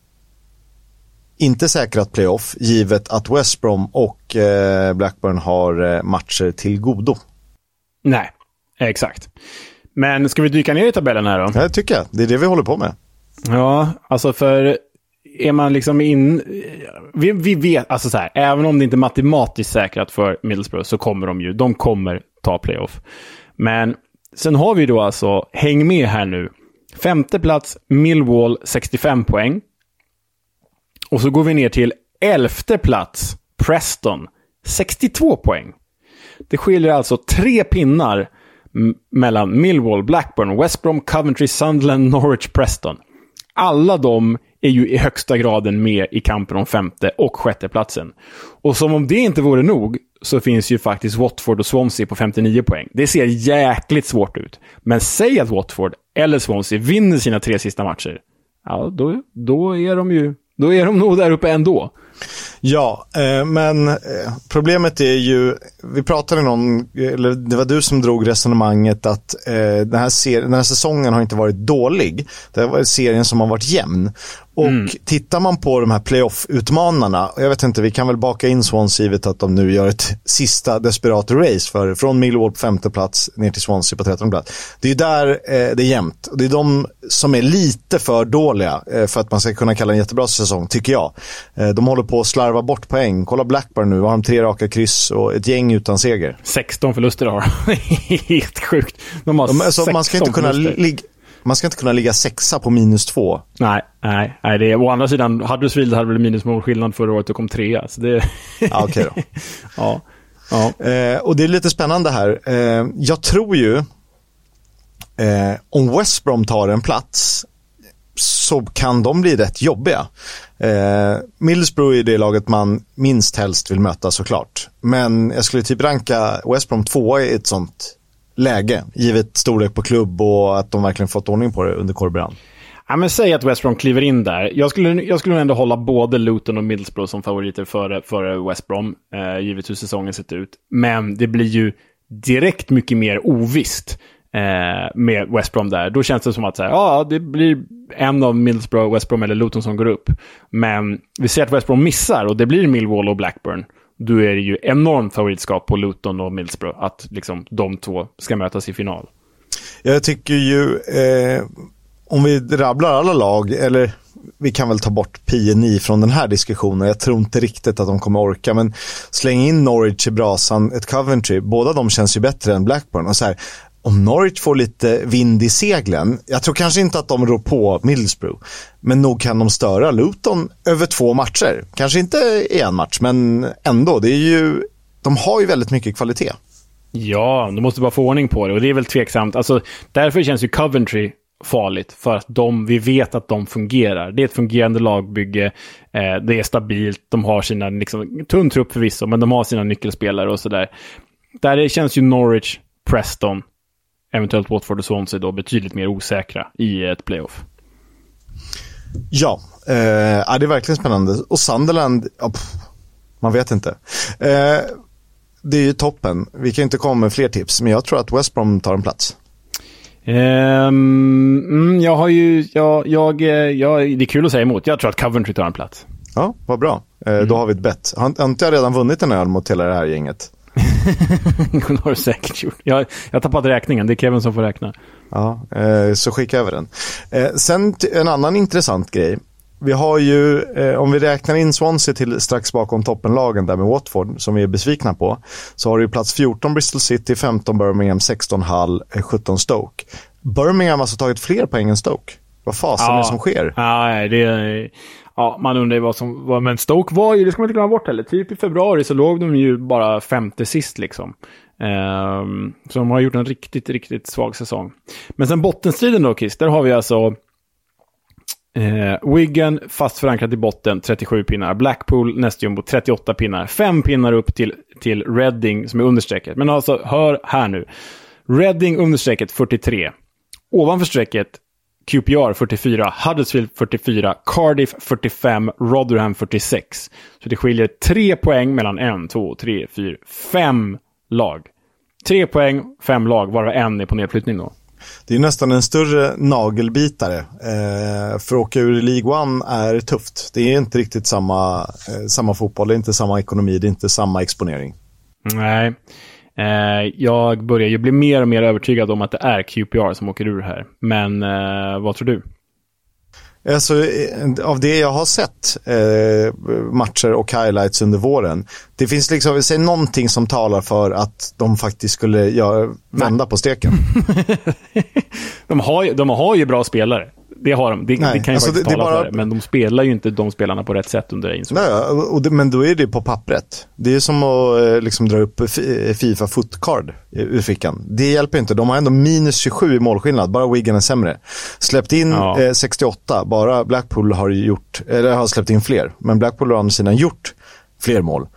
inte säkrat playoff givet att West Brom och Blackburn har matcher till godo. Nej, exakt. Men ska vi dyka ner i tabellen här då? Jag tycker jag. Det är det vi håller på med. Ja, alltså för är man liksom vi vet, alltså så här, även om det inte är matematiskt säkrat för Middlesbrough så kommer de kommer ta playoff. Men sen har vi då alltså, häng med här nu, 5:e plats Millwall 65 poäng. Och så går vi ner till 11:e plats Preston 62 poäng. Det skiljer alltså 3 pinnar mellan Millwall, Blackburn, West Brom, Coventry, Sunderland, Norwich, Preston. Alla de är ju i högsta graden med i kampen om 5:e och 6:e platsen. Och som om det inte vore nog så finns ju faktiskt Watford och Swansea på 59 poäng. Det ser jäkligt svårt ut. Men säg att Watford eller Swansea vinner sina 3 sista matcher. Ja, då är de nog där uppe ändå. Ja, men problemet är ju, vi pratade eller det var du som drog resonemanget att den här säsongen har inte varit dålig. Det har varit serien som har varit jämn. Och tittar man på de här playoff-utmanarna, jag vet inte, vi kan väl baka in Swansea givet att de nu gör ett sista desperat race från Millwall på 5:e plats ner till Swansea på 13:e plats. Det är ju där det är jämnt. Och det är de som är lite för dåliga för att man ska kunna kalla en jättebra säsong, tycker jag. De håller på att slarva bort poäng. Kolla Blackburn nu, har de 3 raka kryss och ett gäng utan seger. 16 förluster har helt sjukt. De har alltså, man ska inte kunna man ska inte kunna ligga 6 på -2. Nej, det är, å andra sidan, Huddersfield hade väl minusmålskillnad förra året och kom 3. Så det... Ja, okej då. Ja. Och det är lite spännande här. Jag tror ju om West Brom tar en plats så kan de bli rätt jobbiga. Middlesbrough är det laget man minst helst vill möta såklart. Men jag skulle typ ranka West Brom 2 i ett sånt läge, givet storlek på klubb och att de verkligen fått ordning på det under Corberan. Ja, men säg att West Brom kliver in där. Jag skulle ändå hålla både Luton och Middlesbrough som favoriter före West Brom, givet hur säsongen sett ut. Men det blir ju direkt mycket mer ovisst med West Brom där. Då känns det som att det blir en av Middlesbrough, West Brom eller Luton som går upp. Men vi ser att West Brom missar och det blir Millwall och Blackburn. Då är det ju enormt favoritskap på Luton och Middlesbrough att liksom de två ska mötas i final. Jag tycker ju om vi rabblar alla lag, eller vi kan väl ta bort PNI från den här diskussionen. Jag tror inte riktigt att de kommer orka, men släng in Norwich i brasan, ett Coventry. Båda de känns ju bättre än Blackburn. Och så här, om Norwich får lite vind i seglen, jag tror kanske inte att de rår på Middlesbrough, men nog kan de störa Luton över 2 matcher. Kanske inte i en match, men ändå. Det är ju, de har ju väldigt mycket kvalitet. Ja, de måste bara få ordning på det, och det är väl tveksamt. Alltså, därför känns ju Coventry farligt, för att vi vet att de fungerar. Det är ett fungerande lagbygge, det är stabilt, de har sina liksom, tunn trupp förvisso, men de har sina nyckelspelare och sådär. Där känns ju Norwich, Preston, eventuellt Watford och Swansea då betydligt mer osäkra i ett playoff. Ja, det är verkligen spännande. Och Sunderland, man vet inte. Det är ju toppen. Vi kan inte komma med fler tips, men jag tror att West Brom tar en plats. Jag har ju det är kul att säga emot. Jag tror att Coventry tar en plats. Ja, vad bra. Då har vi ett bett. Har inte jag redan vunnit en öl mot hela det här gänget? Det har du säkert gjort. Jag har tappat räkningen. Det är Kevin som får räkna. Ja, så skicka över den. Sen en annan intressant grej. Vi har ju, om vi räknar in Swansea till strax bakom toppenlagen där med Watford, som vi är besvikna på, så har du plats 14 Bristol City, 15 Birmingham, 16 Hull, 17 Stoke. Birmingham har alltså tagit fler poäng än Stoke. Vad fasen är det som sker? Ja, man undrar vad som var, men Stoke var ju, det ska man inte glömma bort heller. Typ i februari så låg de ju bara 5:e sist liksom. Så de har gjort en riktigt, riktigt svag säsong. Men sen bottenstriden då, Chris, där har vi alltså Wigan fast förankrat i botten, 37 pinnar. Blackpool nästjumbo 38 pinnar. 5 pinnar upp till Reading som är understrecket. Men alltså, hör här nu. Reading understrecket 43. Ovanför strecket QPR 44, Huddersfield 44, Cardiff 45, Rotherham 46. Så det skiljer 3 poäng mellan 1, 2, 3, 4, 5 lag. 3 poäng, 5 lag, varav en är på nedflyttning då. Det är nästan en större nagelbitare. För att åka ur League One är tufft. Det är inte riktigt samma fotboll, det är inte samma ekonomi, det är inte samma exponering. Nej. Jag börjar ju bli mer och mer övertygad om att det är QPR som åker ur här. Men vad tror du? Alltså, av det jag har sett matcher och highlights under våren, det finns liksom någonting som talar för att de faktiskt skulle vända på steken. de har ju bra spelare. Det har de. Det kan ju faktiskt tala bara för det. Men de spelar ju inte de spelarna på rätt sätt under det. Nej, men då är det på pappret. Det är som att liksom dra upp FIFA Footcard ur fickan. Det hjälper inte. De har ändå minus 27 i målskillnad. Bara Wigan är sämre. Släppt in 68. Bara Blackpool har släppt in fler. Men Blackpool har sidan gjort fler mål.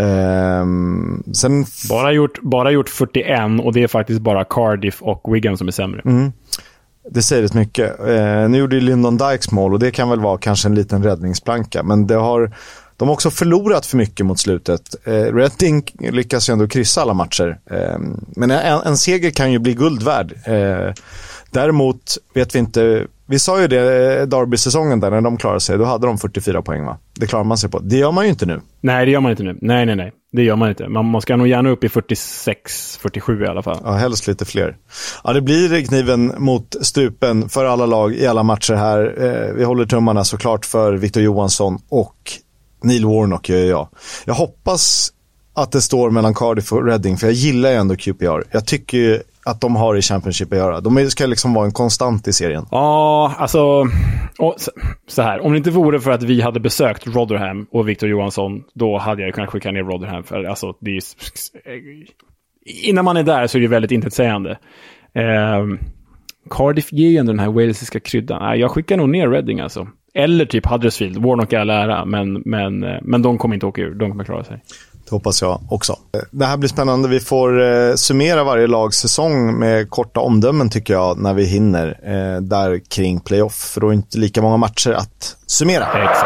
Sen bara gjort 41, och det är faktiskt bara Cardiff och Wigan som är sämre. Det säger rätt mycket. Nu gjorde ju Lyndon Dykes mål, och det kan väl vara kanske en liten räddningsplanka, men det har De har också förlorat för mycket mot slutet. Reading lyckas ju ändå kryssa alla matcher. Men en seger kan ju bli guld värd. Däremot vet vi inte. Vi sa ju det Derby-säsongen där när de klarade sig. Då hade de 44 poäng, va? Det klarar man sig på. Det gör man ju inte nu. Nej, det gör man inte nu. Nej. Det gör man inte. Man ska nog gärna upp i 46-47 i alla fall. Ja, helst lite fler. Ja, det blir kniven mot strupen för alla lag i alla matcher här. Vi håller tummarna såklart för Victor Johansson och Neil Warnock, gör jag. Jag hoppas att det står mellan Cardiff och Reading, för jag gillar ju ändå QPR. Jag tycker ju att de har i Championship att göra. De ska liksom vara en konstant i serien. Ja, alltså så här. Om det inte vore för att vi hade besökt Rotherham och Victor Johansson, då hade jag kunnat skicka ner Rotherham. För alltså, det är, innan man är där så är det väldigt intetsägande. Cardiff ger ju ändå den här walesiska kryddan. Jag skickar nog ner Reading alltså. Eller typ Huddersfield. Warnock är lära, men de kommer inte åka ur. De kommer klara sig. Det hoppas jag också. Det här blir spännande. Vi får summera varje lags säsong med korta omdömen, tycker jag, när vi hinner där kring playoff. För då är det inte lika många matcher att summera. Exakt.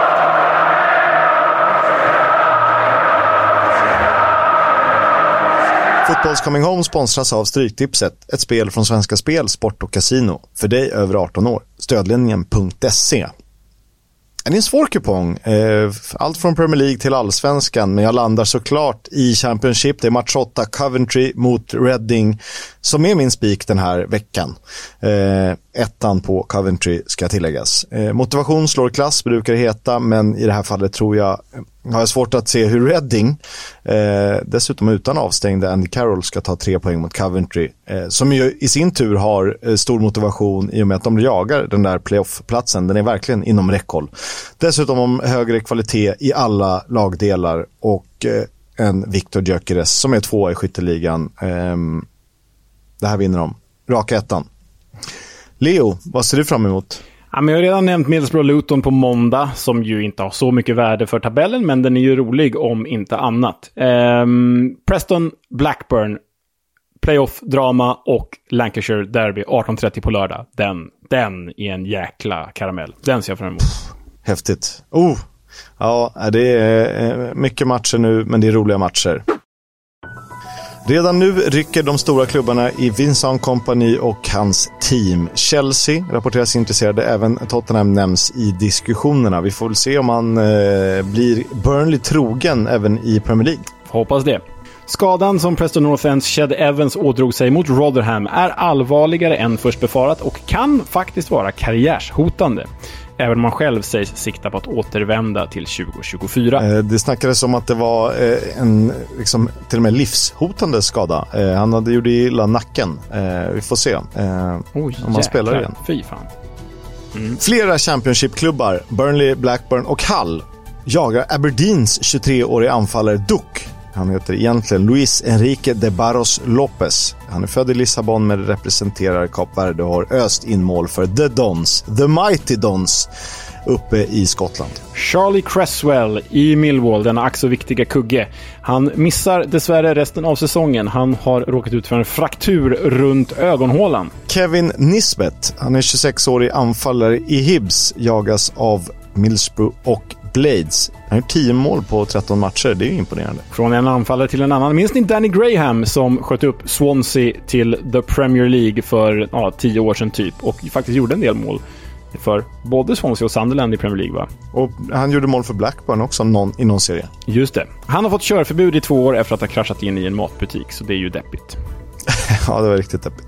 Fotbolls Coming Home sponsras av Stryktipset, ett spel från Svenska Spel, Sport och Casino. För dig över 18 år. Stödlinjen.se. Det är en svår kupong. Allt från Premier League till Allsvenskan. Men jag landar såklart i Championship. Det är match 8, Coventry mot Reading, som är min spik den här veckan. Ettan på Coventry ska tilläggas. Motivation slår klass brukar det heta. Men i det här fallet tror jag har jag svårt att se hur Reading, dessutom utan avstängda Andy Carroll, ska ta 3 poäng mot Coventry. Som ju i sin tur har stor motivation i och med att de jagar den där playoff-platsen. Den är verkligen inom räckhåll. Dessutom om högre kvalitet i alla lagdelar och en Victor Gyökeres som är 2 i skytteligan. Det här vinner de. Raka ettan. Leo, vad ser du fram emot? Ja, men jag har redan nämnt Middlesbrough Luton på måndag, som ju inte har så mycket värde för tabellen, men den är ju rolig om inte annat. Preston Blackburn, playoff-drama och Lancashire Derby 18:30 på lördag. Den är en jäkla karamell. Den ser jag fram emot. Häftigt. Ja, det är mycket matcher nu, men det är roliga matcher. Redan nu rycker de stora klubbarna i Vincent Kompany och hans team. Chelsea rapporteras intresserade, även Tottenham nämns i diskussionerna. Vi får väl se om han blir Burnley trogen även i Premier League. Hoppas det. Skadan som Preston North Ends Ched Evans ådrog sig mot Rotherham är allvarligare än först befarat och kan faktiskt vara karriärshotande. Även om man själv sägs sikta på att återvända till 2024. Det snackades om att det var en liksom, till och med livshotande skada. Han hade gjort illa nacken. Vi får se om han spelar igen. Fy fan. Flera Championship-klubbar, Burnley, Blackburn och Hull, jagar Aberdeens 23-årige anfallare Duck. Han heter egentligen Luis Enrique de Barros Lopez. Han är född i Lissabon men representerar Kap Verde och har öst in mål för The Dons, The Mighty Dons, uppe i Skottland. Charlie Cresswell i Millwall, denna ack så viktiga kugge. Han missar dessvärre resten av säsongen. Han har råkat ut för en fraktur runt ögonhålan. Kevin Nisbet, han är 26-årig anfallare i Hibs, jagas av Middlesbrough och Blades. Han har 10 mål på 13 matcher, det är ju imponerande. Från en anfallare till en annan. Minns ni Danny Graham som sköt upp Swansea till The Premier League för 10 år sedan typ, och faktiskt gjorde en del mål för både Swansea och Sunderland i Premier League, va? Och han gjorde mål för Blackburn också i någon serie. Just det. Han har fått körförbud i 2 år efter att ha kraschat in i en matbutik, så det är ju deppigt. Ja, det var riktigt deppigt.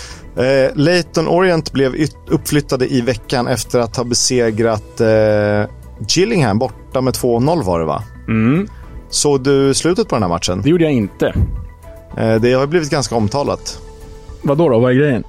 Leyton Orient blev uppflyttade i veckan efter att ha besegrat Gillingham borta med 2-0 var det, va? Såg du slutet på den här matchen? Det gjorde jag inte. Det har blivit ganska omtalat. Vadå då? Vad är grejen?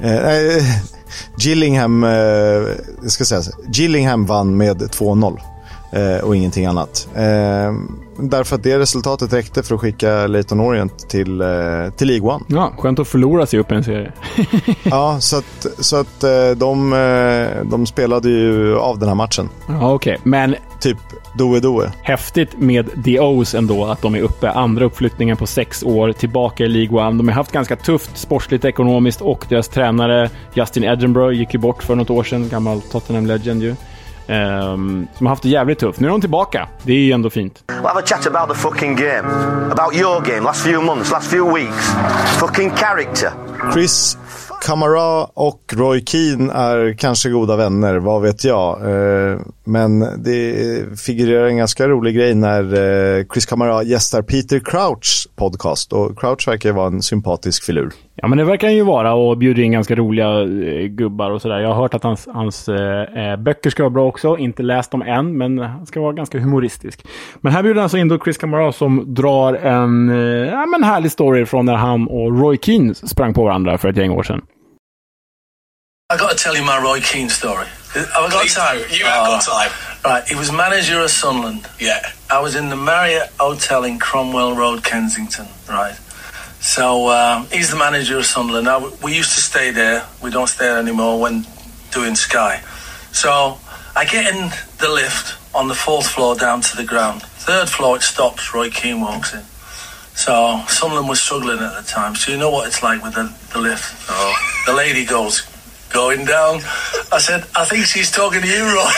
Gillingham vann med 2-0 och ingenting annat. Därför att det resultatet räckte för att skicka Leyton Orient till League One. Ja, skönt att förlora sig upp i en serie. Ja, så att de spelade ju av den här matchen. Ja, okej. Men typ doe. Häftigt med The O's ändå, att de är uppe. Andra uppflyttningen på 6 år, tillbaka i League One. De har haft ganska tufft sportsligt, ekonomiskt, och deras tränare Justin Edinburgh gick ju bort för något år sedan, gammal Tottenham legend ju. som har haft det jävligt tufft. Nu är de tillbaka. Det är ju ändå fint. We'll have a chat about the fucking game. About your game, last few months, last few weeks. Fucking character. Chris Kamara och Roy Keane är kanske goda vänner, vad vet jag. Men det figurerar en ganska rolig grej när Chris Kamara gästar Peter Crouchs podcast. Och Crouch verkar ju vara en sympatisk filur. Ja, men det verkar ju vara, och bjuder in ganska roliga gubbar och sådär. Jag har hört att hans böcker ska vara bra också. Inte läst dem än, men han ska vara ganska humoristisk. Men här bjuder alltså in då Chris Kamara som drar en härlig story från när han och Roy Keane sprang på varandra för ett gäng år sedan. I got to tell you my Roy Keane story. Have I got time? You have got time. Right, he was manager of Sunderland. Yeah. I was in the Marriott Hotel in Cromwell Road, Kensington, right? So he's the manager of Sunderland. Now, we used to stay there. We don't stay there anymore when doing Sky. So I get in the lift on the 4th floor down to the ground. 3rd floor it stops, Roy Keane walks in. So Sunderland was struggling at the time. So you know what it's like with the lift. So the lady goes, going down. I said, I think she's talking to you, Roy.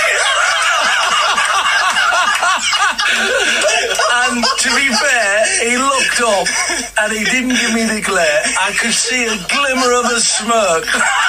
And to be fair, he looked up and he didn't give me the glare. I could see a glimmer of a smirk.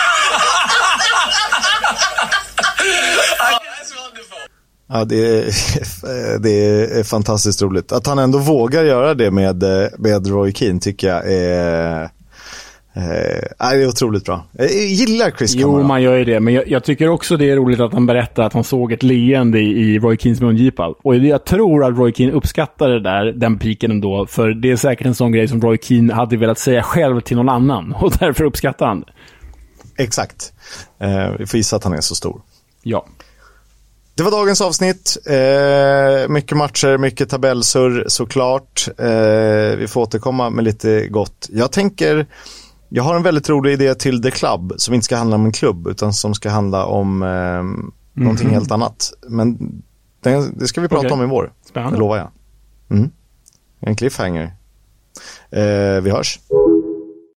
Ja, det är fantastiskt roligt. Att han ändå vågar göra det med Roy Keane tycker jag är otroligt bra. Jag gillar Chris Kamara. Jo, man gör ju det. Men jag tycker också det är roligt att han berättar att han såg ett leende i Roy Keanes mungipa. Och jag tror att Roy Keane uppskattade den piken ändå. För det är säkert en sån grej som Roy Keane hade velat säga själv till någon annan. Och därför uppskattar han det. Exakt. Vi får gissa att han är så stor. Ja. Det var dagens avsnitt. Mycket matcher, mycket tabellsurr såklart. Vi får återkomma med lite gott. Jag har en väldigt rolig idé till The Club som inte ska handla om en klubb utan som ska handla om någonting helt annat. Men det ska vi prata om i vår. Spännande. Det lovar jag. En cliffhanger. Vi hörs.